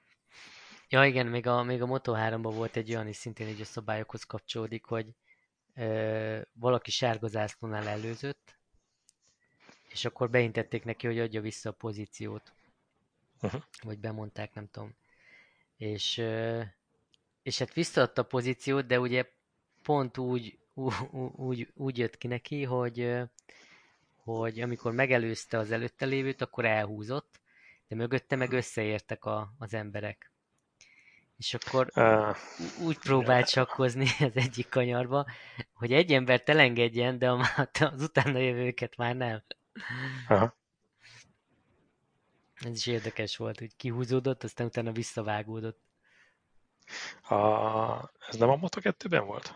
Ja igen, még a Moto3-ban volt egy olyan is szintén így a szabályokhoz kapcsolódik, hogy valaki sárga zászlónál előzött, és akkor beintették neki, hogy adja vissza a pozíciót, Uh-huh. vagy bemondták, nem tudom. És, és hát visszaadta a pozíciót, de ugye pont úgy jött ki neki, hogy amikor megelőzte az előtte lévőt, akkor elhúzott, de mögötte meg összeértek az emberek. És akkor Uh, úgy próbált sakkozni az egyik kanyarba, hogy egy embert elengedjen, de az utána jövőket már nem. aha. Ez is érdekes volt, hogy kihúzódott, aztán utána visszavágódott. Ez nem a Moto2-ben volt?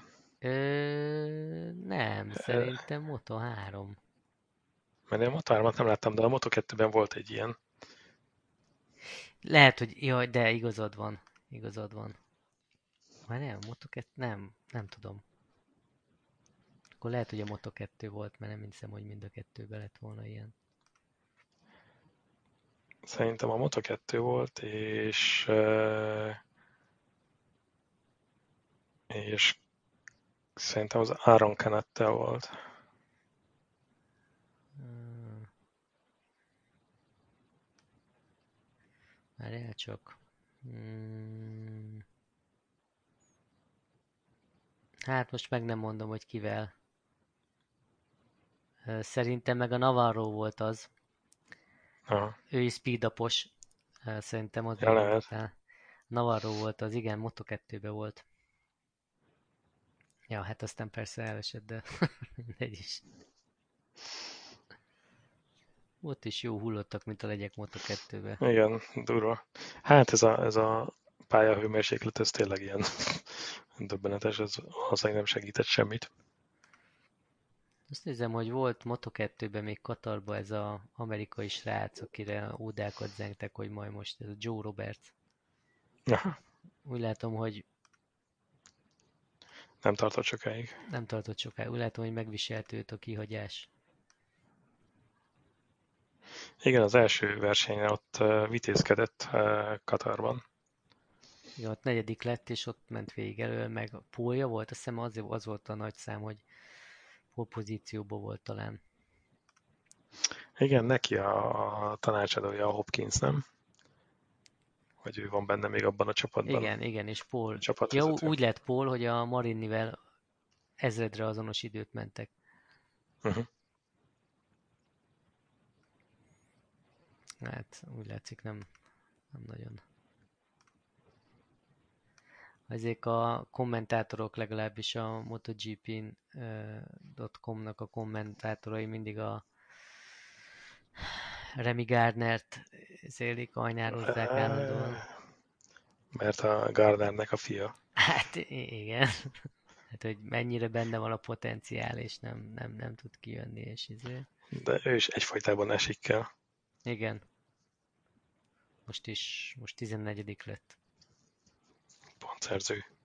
Nem, Ö, szerintem Moto 3. Mert én a Moto3-at nem láttam, de a Moto2-ben volt egy ilyen. Lehet, hogy jaj, de igazad van. Igazad van. Már nem, Moto 2, nem tudom. Akkor lehet, hogy a Moto 2 volt, mert nem hiszem, hogy mind a kettőben lett volna ilyen. Szerintem a Moto2 volt, és szerintem az Aaron Canet-tel volt. Hmm, Várjál csak. Hmm, Hát most meg nem mondom, hogy kivel. Szerintem meg a Navarro volt az. Aha. Ő is speedupos. Szerintem az Ja, lehet. gondoltál. Navarro volt az, igen, Moto2-be volt. Ja, hát aztán persze elesett, de mindegy is. Ott is jó hullottak, mint a legyek Moto2-be. Igen, durva. Hát ez a pályahőmérséklet, ez tényleg ilyen döbbenetes, ez valószínűleg nem segített semmit. Azt nézem, hogy volt Moto2-ben még Katarban ez az amerikai srác, akire ódákat zengtek, hogy majd most ez a Joe Roberts. Aha, Úgy látom, hogy nem tartott sokáig. nem tartott sokáig. Úgy látom, hogy megviselt őt a kihagyás. Igen, az első versenyen ott vitézkedett Katarban. Igen, ott negyedik lett, és ott ment végig elől, meg a pólja volt, azt hiszem az volt a nagy szám, hogy pole pozícióban volt talán. Igen, neki a tanácsadója a Hopkins, nem? Vagy ő van benne még abban a csapatban? Igen, és A Paul. Ja, csapatvezető. úgy lett Paul, hogy a Marinivel ezredre azonos időt mentek. Uh-huh. Hát úgy látszik nem nagyon. Ezek a kommentátorok, legalábbis a MotoGP.com-nak a kommentátorai mindig a Remy Gardnert szélik, ajnározzák állandóan. Mert a Gardnernek a fia. Hát igen. Hát, hogy mennyire benne van a potenciál, és nem tud kijönni, és izé. De ő is egyfajtában esik el. Igen, most 14. lett. Pontszerző.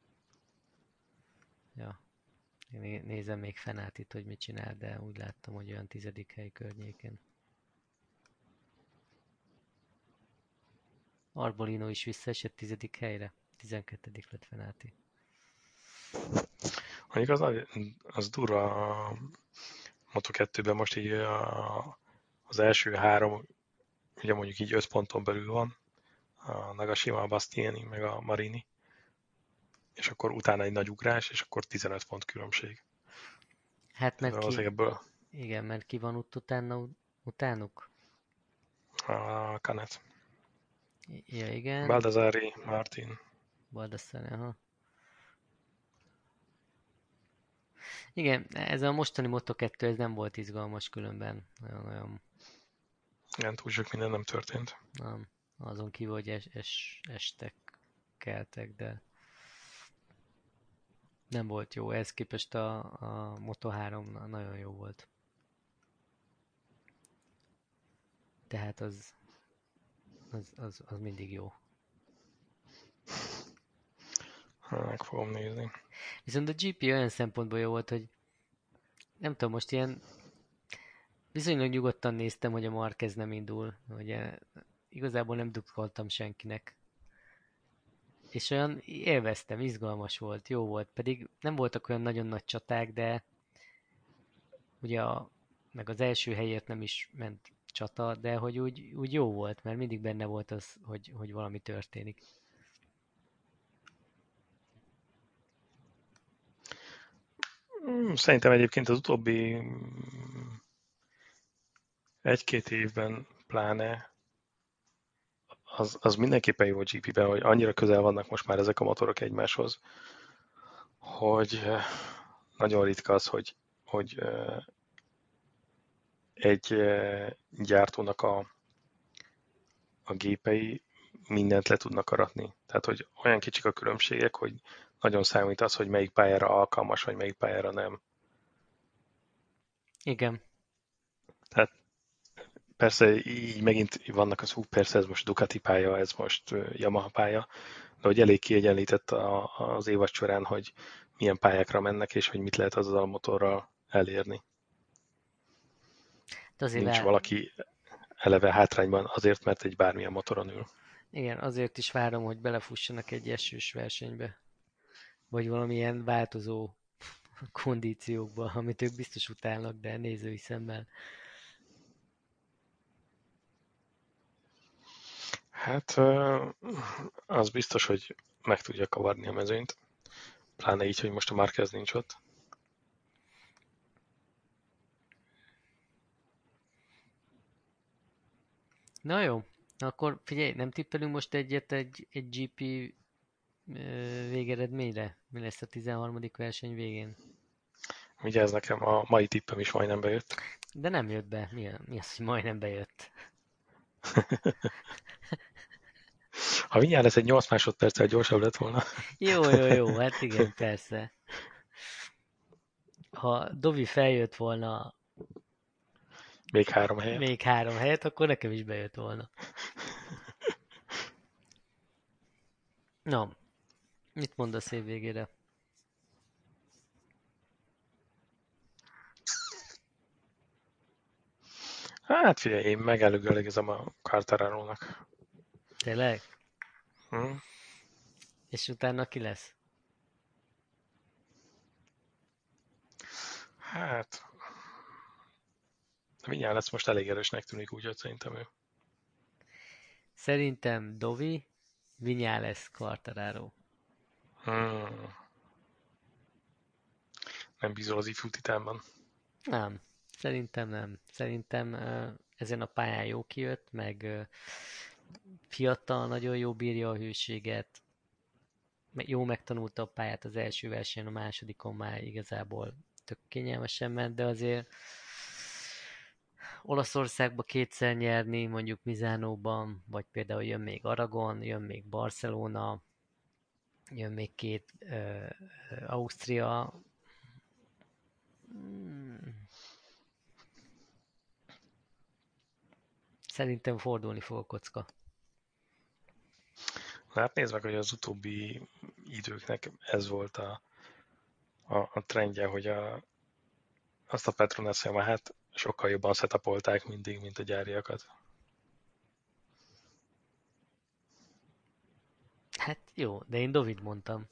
Ja, nézem még Fenát itt, hogy mit csinál, de úgy láttam, hogy olyan 10. hely környéken. Arbolino is visszaesett 10. helyre. 12. lett Fenáti. Mondjuk az durva a Moto2-ben most így az első három, ugye mondjuk így 5 ponton belül van, a Nagashima, a Bastiani, meg a Marini, és akkor utána egy nagy ugrás, és akkor 15 pont különbség. Hát Tehát mert valószínűleg ki, ebből igen, mert ki van ott utánuk? a Canet. Ja, igen. Baldassari, Martin. Baldassare, aha. Igen, ez a mostani Moto2, ez nem volt izgalmas különben. Nagyon Igen, túl sok minden nem történt. nem. Azon kívül, hogy estek, keltek, de nem volt jó. Ehhez képest a Moto3 nagyon jó volt. Tehát az mindig jó. Meg fogom nézni. Viszont a GP olyan szempontból jó volt, hogy nem tudom, most ilyen viszonylag nyugodtan néztem, hogy a Marquez nem indul. Ugye igazából nem drukkoltam senkinek. és olyan élveztem, izgalmas volt, jó volt, pedig nem voltak olyan nagyon nagy csaták, de ugye meg az első helyért nem is ment csata, de hogy úgy jó volt, mert mindig benne volt az, hogy valami történik. Szerintem egyébként az utóbbi egy-két évben pláne az mindenképpen jó a GP-ben, hogy annyira közel vannak most már ezek a motorok egymáshoz, hogy nagyon ritka az, hogy egy gyártónak a gépei mindent le tudnak aratni. Tehát, hogy olyan kicsik a különbségek, hogy nagyon számít az, hogy melyik pályára alkalmas, vagy melyik pályára nem. Igen, Tehát persze így megint vannak az, persze ez most Ducati pálya, ez most Yamaha pálya, de hogy elég kiegyenlített az évad során, hogy milyen pályákra mennek, és hogy mit lehet azzal a motorral elérni. de azért Nincs valaki eleve hátrányban azért, mert egy bármilyen motoron ül. igen, azért is várom, hogy belefussanak egy esős versenybe, vagy valamilyen változó kondíciókba, amit ők biztos utálnak, de nézői szemmel. Hát az biztos, hogy meg tudja kavarni a mezőnyt, pláne így, hogy most a Marquez nincs ott. Na jó, akkor figyelj, nem tippelünk most egyet egy GP végeredményre? Mi lesz a 13. verseny végén? Vigyázz nekem, a mai tippem is majdnem bejött. De nem jött be. Mi az, hogy majdnem bejött? Ha mindjárt lesz egy 8 másodperccel gyorsabb lett volna, Jó, jó, jó, hát igen, persze. Ha Dovi feljött volna még 3 helyet. még 3 helyet, akkor nekem is bejött volna. Na, mit mondasz év végére? Hát figyelj, én megelőlegezem a Quartararo-nak. Tényleg? Hm? És utána ki lesz? Hát, mindjárt lesz, most elég erősnek tűnik, úgyhogy szerintem ő. Szerintem Dovi, Viñales, Quartararo. Hmm. Nem bízol az ifjú titánban. Nem, szerintem nem. Szerintem ezen a pályán jó kijött, meg fiatal, nagyon jó bírja a hőséget, jó megtanulta a pályát az első versenyen, a másodikon már igazából tök kényelmesen ment, de azért Olaszországba kétszer nyerni, mondjuk Mizánóban, vagy például jön még Aragon, jön még Barcelona, jön még két Ausztria. Hmm, Szerintem fordulni fog a kocka. Hát nézd meg, hogy az utóbbi időknek ez volt a trendje, hogy azt a Petronas Yamahát sokkal jobban setupolták mindig, mint a gyáriakat. Hát jó, de én Dovid mondtam.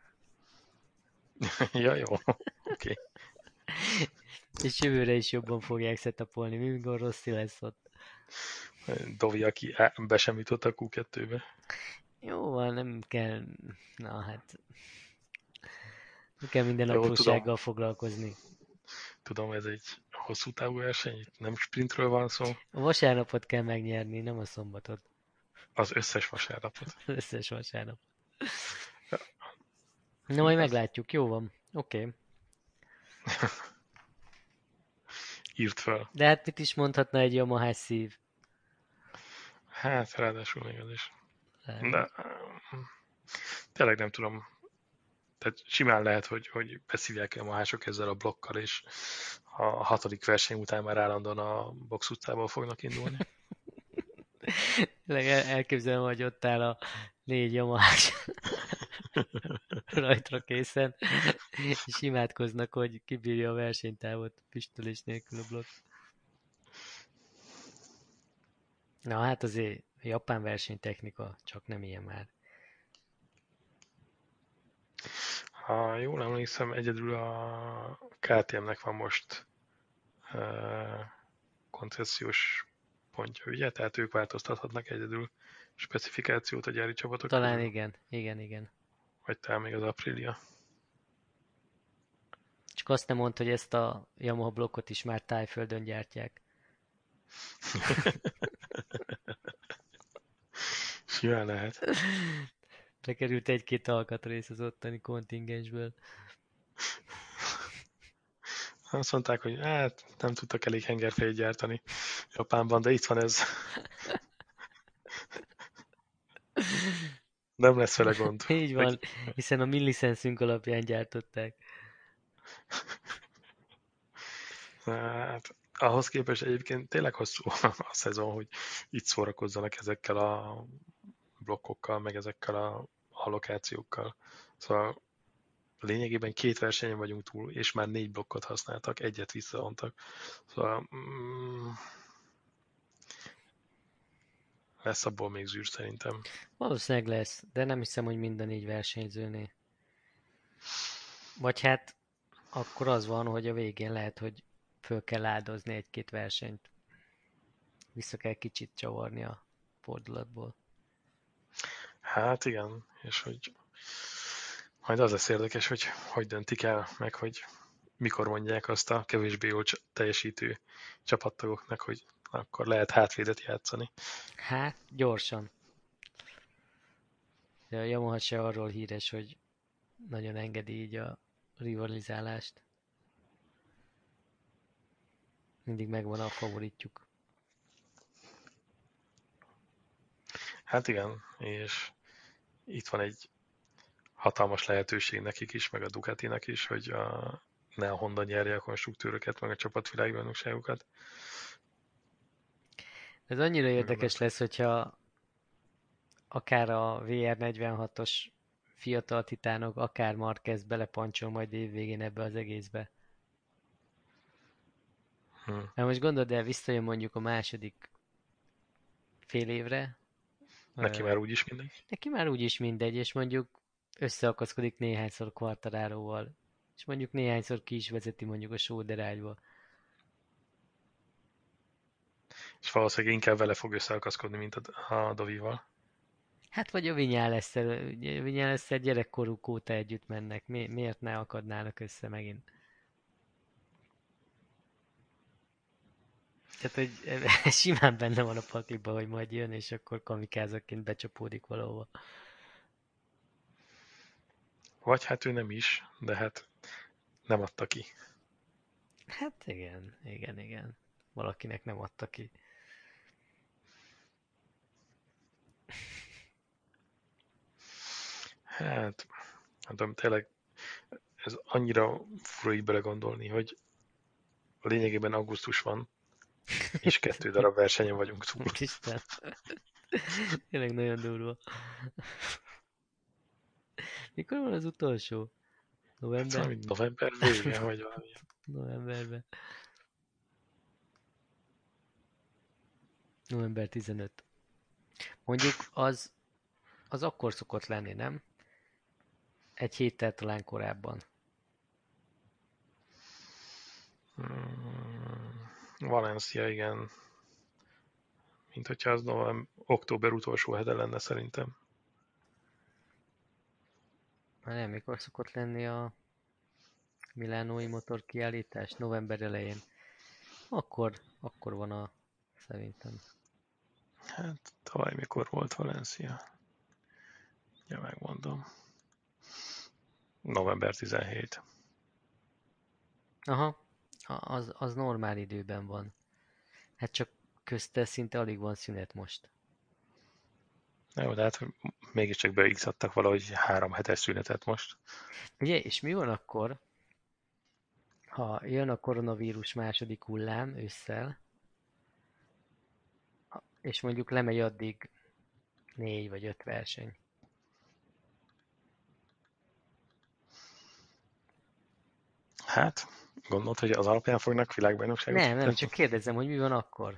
Ja, jó, oké. És jövőre is jobban fogják setupolni, mikor Rossi lesz ott. Dovi, aki be sem jutott a Q2-be. Jó van, nem kell, na hát, nem kell minden Jó, tudom, aprósággal foglalkozni. tudom, ez egy hosszú távú verseny, itt nem sprintről van szó, A vasárnapot kell megnyerni, nem a szombatot. az összes vasárnapot. Az összes vasárnap. Na majd Ez meglátjuk, jó van. Oké. Okay. írt fel. De hát mit is mondhatna egy Yamaha szív? Hát, ráadásul még az is. Nem. De tényleg nem tudom. Tehát simán lehet, hogy beszívják el a mások ezzel a blokkal, és a 6. verseny után már állandóan a box utcából fognak indulni. Tényleg elképzelem, hogy ott áll a 4 Yamahás rajtra készen, és imádkoznak, hogy kibírja a versenytávot pistolés nélkül a blokk. Na hát azért a japán versenytechnika csak nem ilyen már. Ha jól emlékszem, egyedül a KTM-nek van most uh, koncesziós pontja, ugye? Tehát ők változtathatnak egyedül specifikációt a gyári csapatok Talán közül. igen, igen, igen. Vagy talán még az Aprilia. Csak azt nem mondta, hogy ezt a Yamaha blokkot is már Tájföldön gyártják. Simán lehet. Bekerült egy-két alkatrész az ottani kontingensből. Azt mondták, hogy hát nem tudtak elég hengerfejét gyártani Japánban, de itt van ez. Nem lesz vele gond. Így Meg, van, hiszen a mi licenszünk alapján gyártották. hát, ahhoz képest egyébként tényleg hosszú a szezon, hogy itt szórakozzanak ezekkel a blokkokkal, meg ezekkel a allokációkkal. Szóval lényegében 2 versenyen vagyunk túl, és már 4 blokkot használtak, egyet visszavontak. Szóval lesz abból még zűr szerintem. Valószínűleg lesz, de nem hiszem, hogy minden így versenyzőné. Vagy hát akkor az van, hogy a végén lehet, hogy föl kell áldozni egy-két versenyt. Vissza kell kicsit csavarni a fordulatból. Hát igen, és hogy majd az lesz érdekes, hogy döntik el, meg hogy mikor mondják azt a kevésbé jól teljesítő csapattagoknak, hogy akkor lehet hátvédet játszani. Hát, gyorsan. A Yamaha se arról híres, hogy nagyon engedi így a rivalizálást. Mindig megvan a favoritjuk. Hát igen, és itt van egy hatalmas lehetőség nekik is, meg a Ducatinak is, hogy ne a Honda nyerje a konstruktőröket, meg a csapatvilágbajnokságokat. Ez annyira érdekes lesz, hogyha akár a VR46-os fiatal titánok, akár Marquez belepancsol majd évvégén ebbe az egészbe. Hm. Hát most gondold el, visszajön mondjuk a második fél évre, Neki már úgyis mindegy. neki már úgyis mindegy, és mondjuk összeakaszkodik néhányszor Quartararóval, és mondjuk néhányszor ki is vezeti mondjuk a sóderágyba. És valószínűleg inkább vele fog összeakaszkodni, mint a Dovival. Hát vagy a Vinyales-szel gyerekkoruk óta együtt mennek, miért ne akadnának össze megint? Tehát, hogy simán benne van a pakliba, hogy majd jön, és akkor kamikázaként becsapódik valahova. Vagy hát ő nem is, de hát nem adta ki. Hát igen, igen, igen. Valakinek nem adta ki. Hát, mondom, tényleg ez annyira fura így belegondolni, hogy lényegében augusztus van, és 2 darab versenyen vagyunk túl. Isten. Tényleg nagyon durva. Mikor van az utolsó? Hát November? valami november vége, vagy valami. Novemberben. November 15. Mondjuk az akkor szokott lenni, nem? Egy héttel talán korábban. Valencia, igen. Mint hogyha az október utolsó hete lenne szerintem. Már nem, mikor szokott lenni a Milánói motor kiállítás? November elején. Akkor van szerintem. Hát tavaly mikor volt Valencia? Ja, megmondom. November 17. Aha, az normál időben van. Hát csak közte szinte alig van szünet most. Jó, de hát mégiscsak beigzadtak valahogy 3 hetes szünetet most. Ugye, és mi van akkor, ha jön a koronavírus második hullám ősszel, és mondjuk lemegy addig 4 vagy 5 verseny? Hát, gondolod, hogy az alapján fognak világbajnokságot Nem, hirdetni? csak kérdezem, hogy mi van akkor.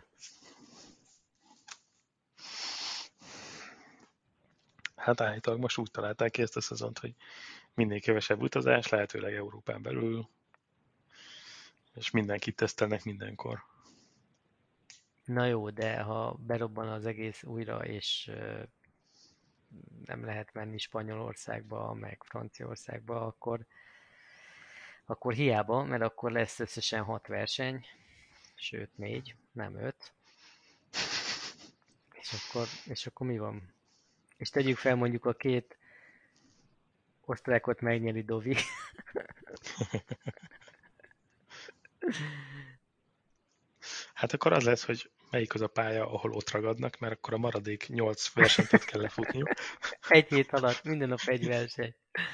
Hát állítólag most úgy találták ki ezt a szezont, hogy minél kevesebb utazás, lehetőleg Európán belül, és mindenkit tesztelnek mindenkor. Na jó, de ha berobban az egész újra, és nem lehet menni Spanyolországba, meg Franciaországba, akkor hiába, mert akkor lesz összesen 6 verseny, sőt 4, nem 5, és akkor mi van? És tegyük fel mondjuk a két osztrákot megnyeri Dovi. Hát akkor az lesz, hogy melyik az a pálya, ahol ott ragadnak, mert akkor a maradék 8 versenyt ott kell lefutniuk. Egy hét alatt, minden nap egy verseny.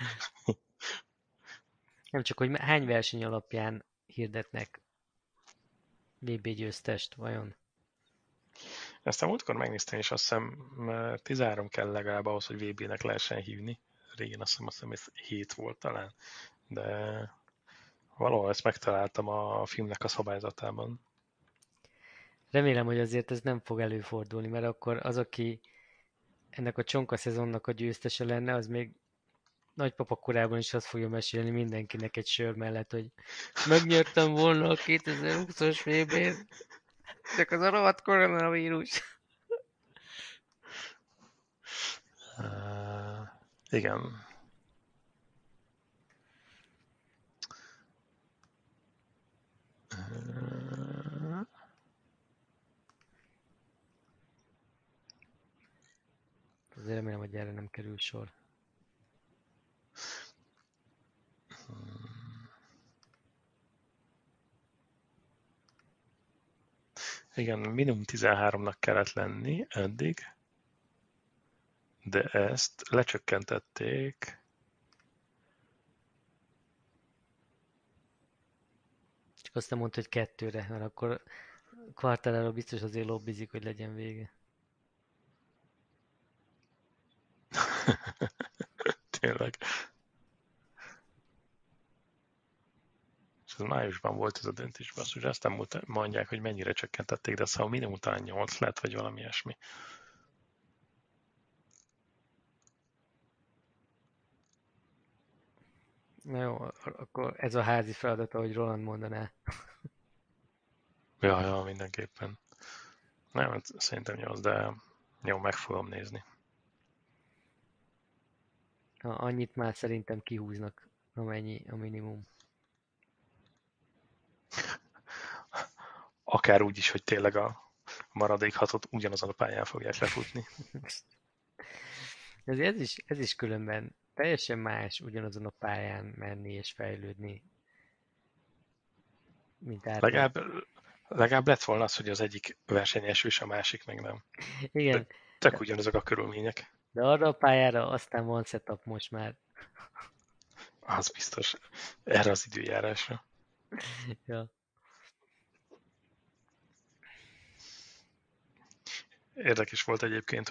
Nem csak, hogy hány verseny alapján hirdetnek VB győztest, vajon? Aztán múltkor megnéztem, és azt hiszem 13 kell legalább ahhoz, hogy VB-nek lehessen hívni. Régen azt hiszem ez 7 volt talán. De valahol ezt megtaláltam a filmnek a szabályzatában. Remélem, hogy azért ez nem fog előfordulni, mert akkor az, aki ennek a csonka szezonnak a győztese lenne, az még nagypapa korában is azt fogja mesélni mindenkinek egy sör mellett, hogy megnyertem volna a 2020-as VB-t, csak az a rohadt koronavírus. Igen. Azért remélem, hogy erre nem kerül sor. Igen, minimum 13-nak kellett lenni eddig, de ezt lecsökkentették. Csak azt nem mondta, hogy 2-re, mert akkor Quartararo biztos azért lobbizik, hogy legyen vége. Tényleg. És ez májusban volt ez a döntés, basszus, azt nem mondják, hogy mennyire csökkentették, de szóval minimum talán 8 lett, vagy valami ilyesmi. Na jó, akkor ez a házi feladata, hogy Roland mondaná. Ja, mindenképpen. Nem, hát szerintem 8, de jó, meg fogom nézni. Annyit már szerintem kihúznak, amennyi a minimum. Akár úgy is, hogy tényleg a maradék hatot ugyanazon a pályán fogják lefutni. Ez is különben teljesen más ugyanazon a pályán menni és fejlődni, mint átlag. Legalább lett volna az, hogy az egyik verseny esős, a másik meg nem. De Igen, tök de, ugyanazok a körülmények. de arra a pályára aztán van setup most már. Az biztos. Erre az időjárásra. Ja. Érdekes volt egyébként,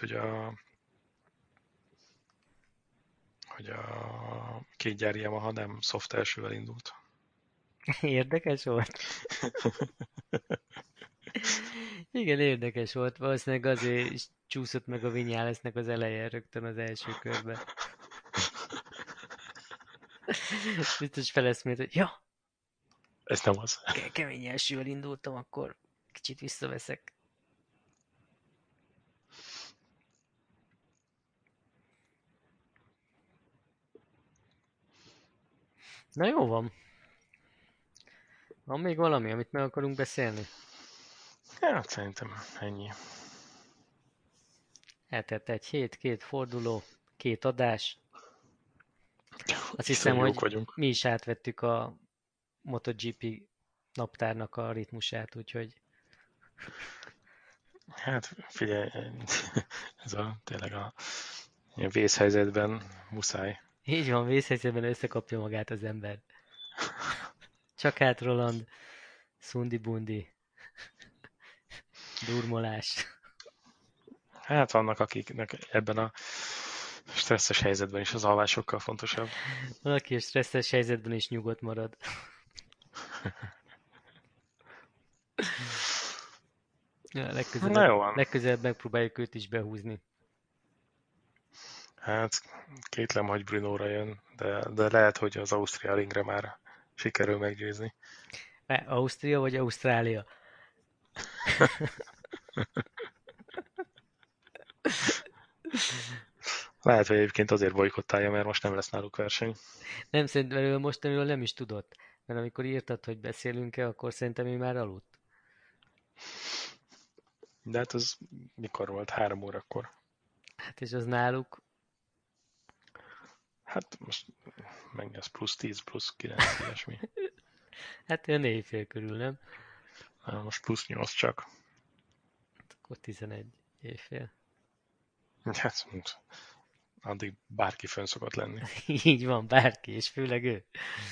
hogy a két gyári Yamaha nem soft elsővel indult. Érdekes volt? Igen, érdekes volt. Valószínűleg azért is csúszott meg a Vinyálesznek az eleje rögtön az első körben. Biztos feleszmélt, hogy ja, Ez nem az. kemény elsővel indultam, akkor kicsit visszaveszek. Na jó van. Van még valami, amit meg akarunk beszélni? Hát szerintem ennyi. Eltelt egy hét, 2 forduló, 2 adás. Azt hiszem, Iszonyú jók hogy vagyunk. mi is átvettük a MotoGP naptárnak a ritmusát, úgyhogy Hát figyelj, ez tényleg a ilyen vészhelyzetben muszáj. így van, vészhelyzetben összekapja magát az ember. Csak hát Roland, szundi-bundi, durmolás. Hát vannak, akiknek ebben a stresszes helyzetben is az alvás sokkal fontosabb. Valaki a stresszes helyzetben is nyugodt marad. Ja, Na legközelebb, jó van. legközelebb megpróbáljuk őt is behúzni. Hát kétlem, hogy Brunóra jön, de lehet, hogy az Ausztria ringre már sikerül meggyőzni. Ausztria vagy Ausztrália? Lehet, hogy egyébként azért bolykottálja, mert most nem lesz náluk verseny. Nem, szerintem erről mostanról nem is tudott. Mert amikor írtad, hogy beszélünk-e, akkor szerintem ő már aludt. De hát az mikor volt? 3 órakor. Hát és az náluk, Hát most mennyi az? +10, +9, ilyesmi. hát olyan éjfél körül, nem? Most +8 csak. Akkor 11 éjfél. Hát, addig bárki fönn szokott lenni. Így van, bárki, és főleg ő.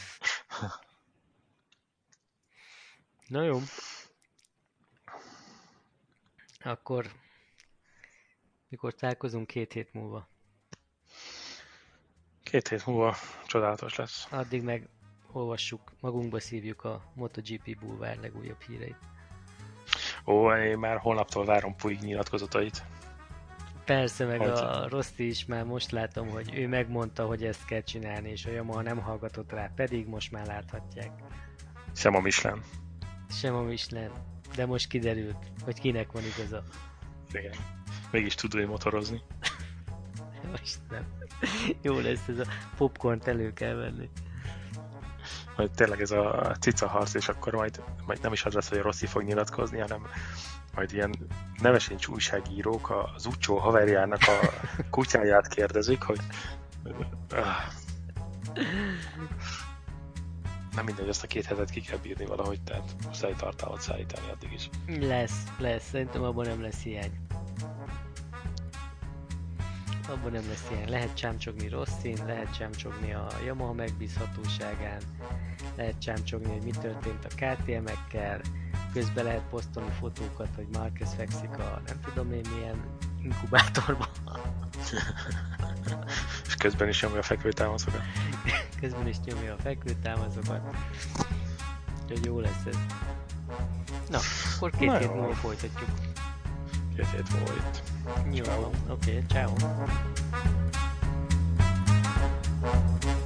Na jó. Akkor mikor találkozunk 2 hét múlva? 2 hét múlva csodálatos lesz. Addig meg olvassuk, magunkba szívjuk a MotoGP bulvár legújabb híreit. Ó, én már holnaptól várom Puig nyilatkozatait. Persze, meg Hogy? a Rossi is már most látom, hogy ő megmondta, hogy ezt kell csinálni, és a Yamaha nem hallgatott rá, pedig most már láthatják. Sem a Michelin. Sem a Michelin, de most kiderült, hogy kinek van igaza. Igen. Mégis tud ő motorozni. Most nem. Jó lesz ez a popcornt elő kell venni. Majd tényleg ez a cica harc, és akkor majd nem is az lesz, hogy a Rossi fog nyilatkozni, hanem majd ilyen neveséncs újságírók az Ucsó haverjának a kutyáját kérdezik, hogy nem mindegy, ezt a 2 hetet ki kell bírni valahogy, tehát muszáj tartalmat szállítani addig is. Lesz. Szerintem abban nem lesz hiány. Abban nem lesz hiány. Lehet csámcsogni Rossin, lehet csámcsogni a Yamaha megbízhatóságán, lehet csámcsogni, hogy mi történt a KTM-ekkel, közben lehet posztolni fotókat, hogy Marquez fekszik a nem tudom én milyen inkubátorban. És közben is nyomja a fekvőtámaszokat. Közben is nyomja a fekvőtámaszokat. Úgyhogy jó lesz ez. Na, akkor 2 hét múlva folytatjuk. 2 hét múlva itt. Jó, oké, ciao.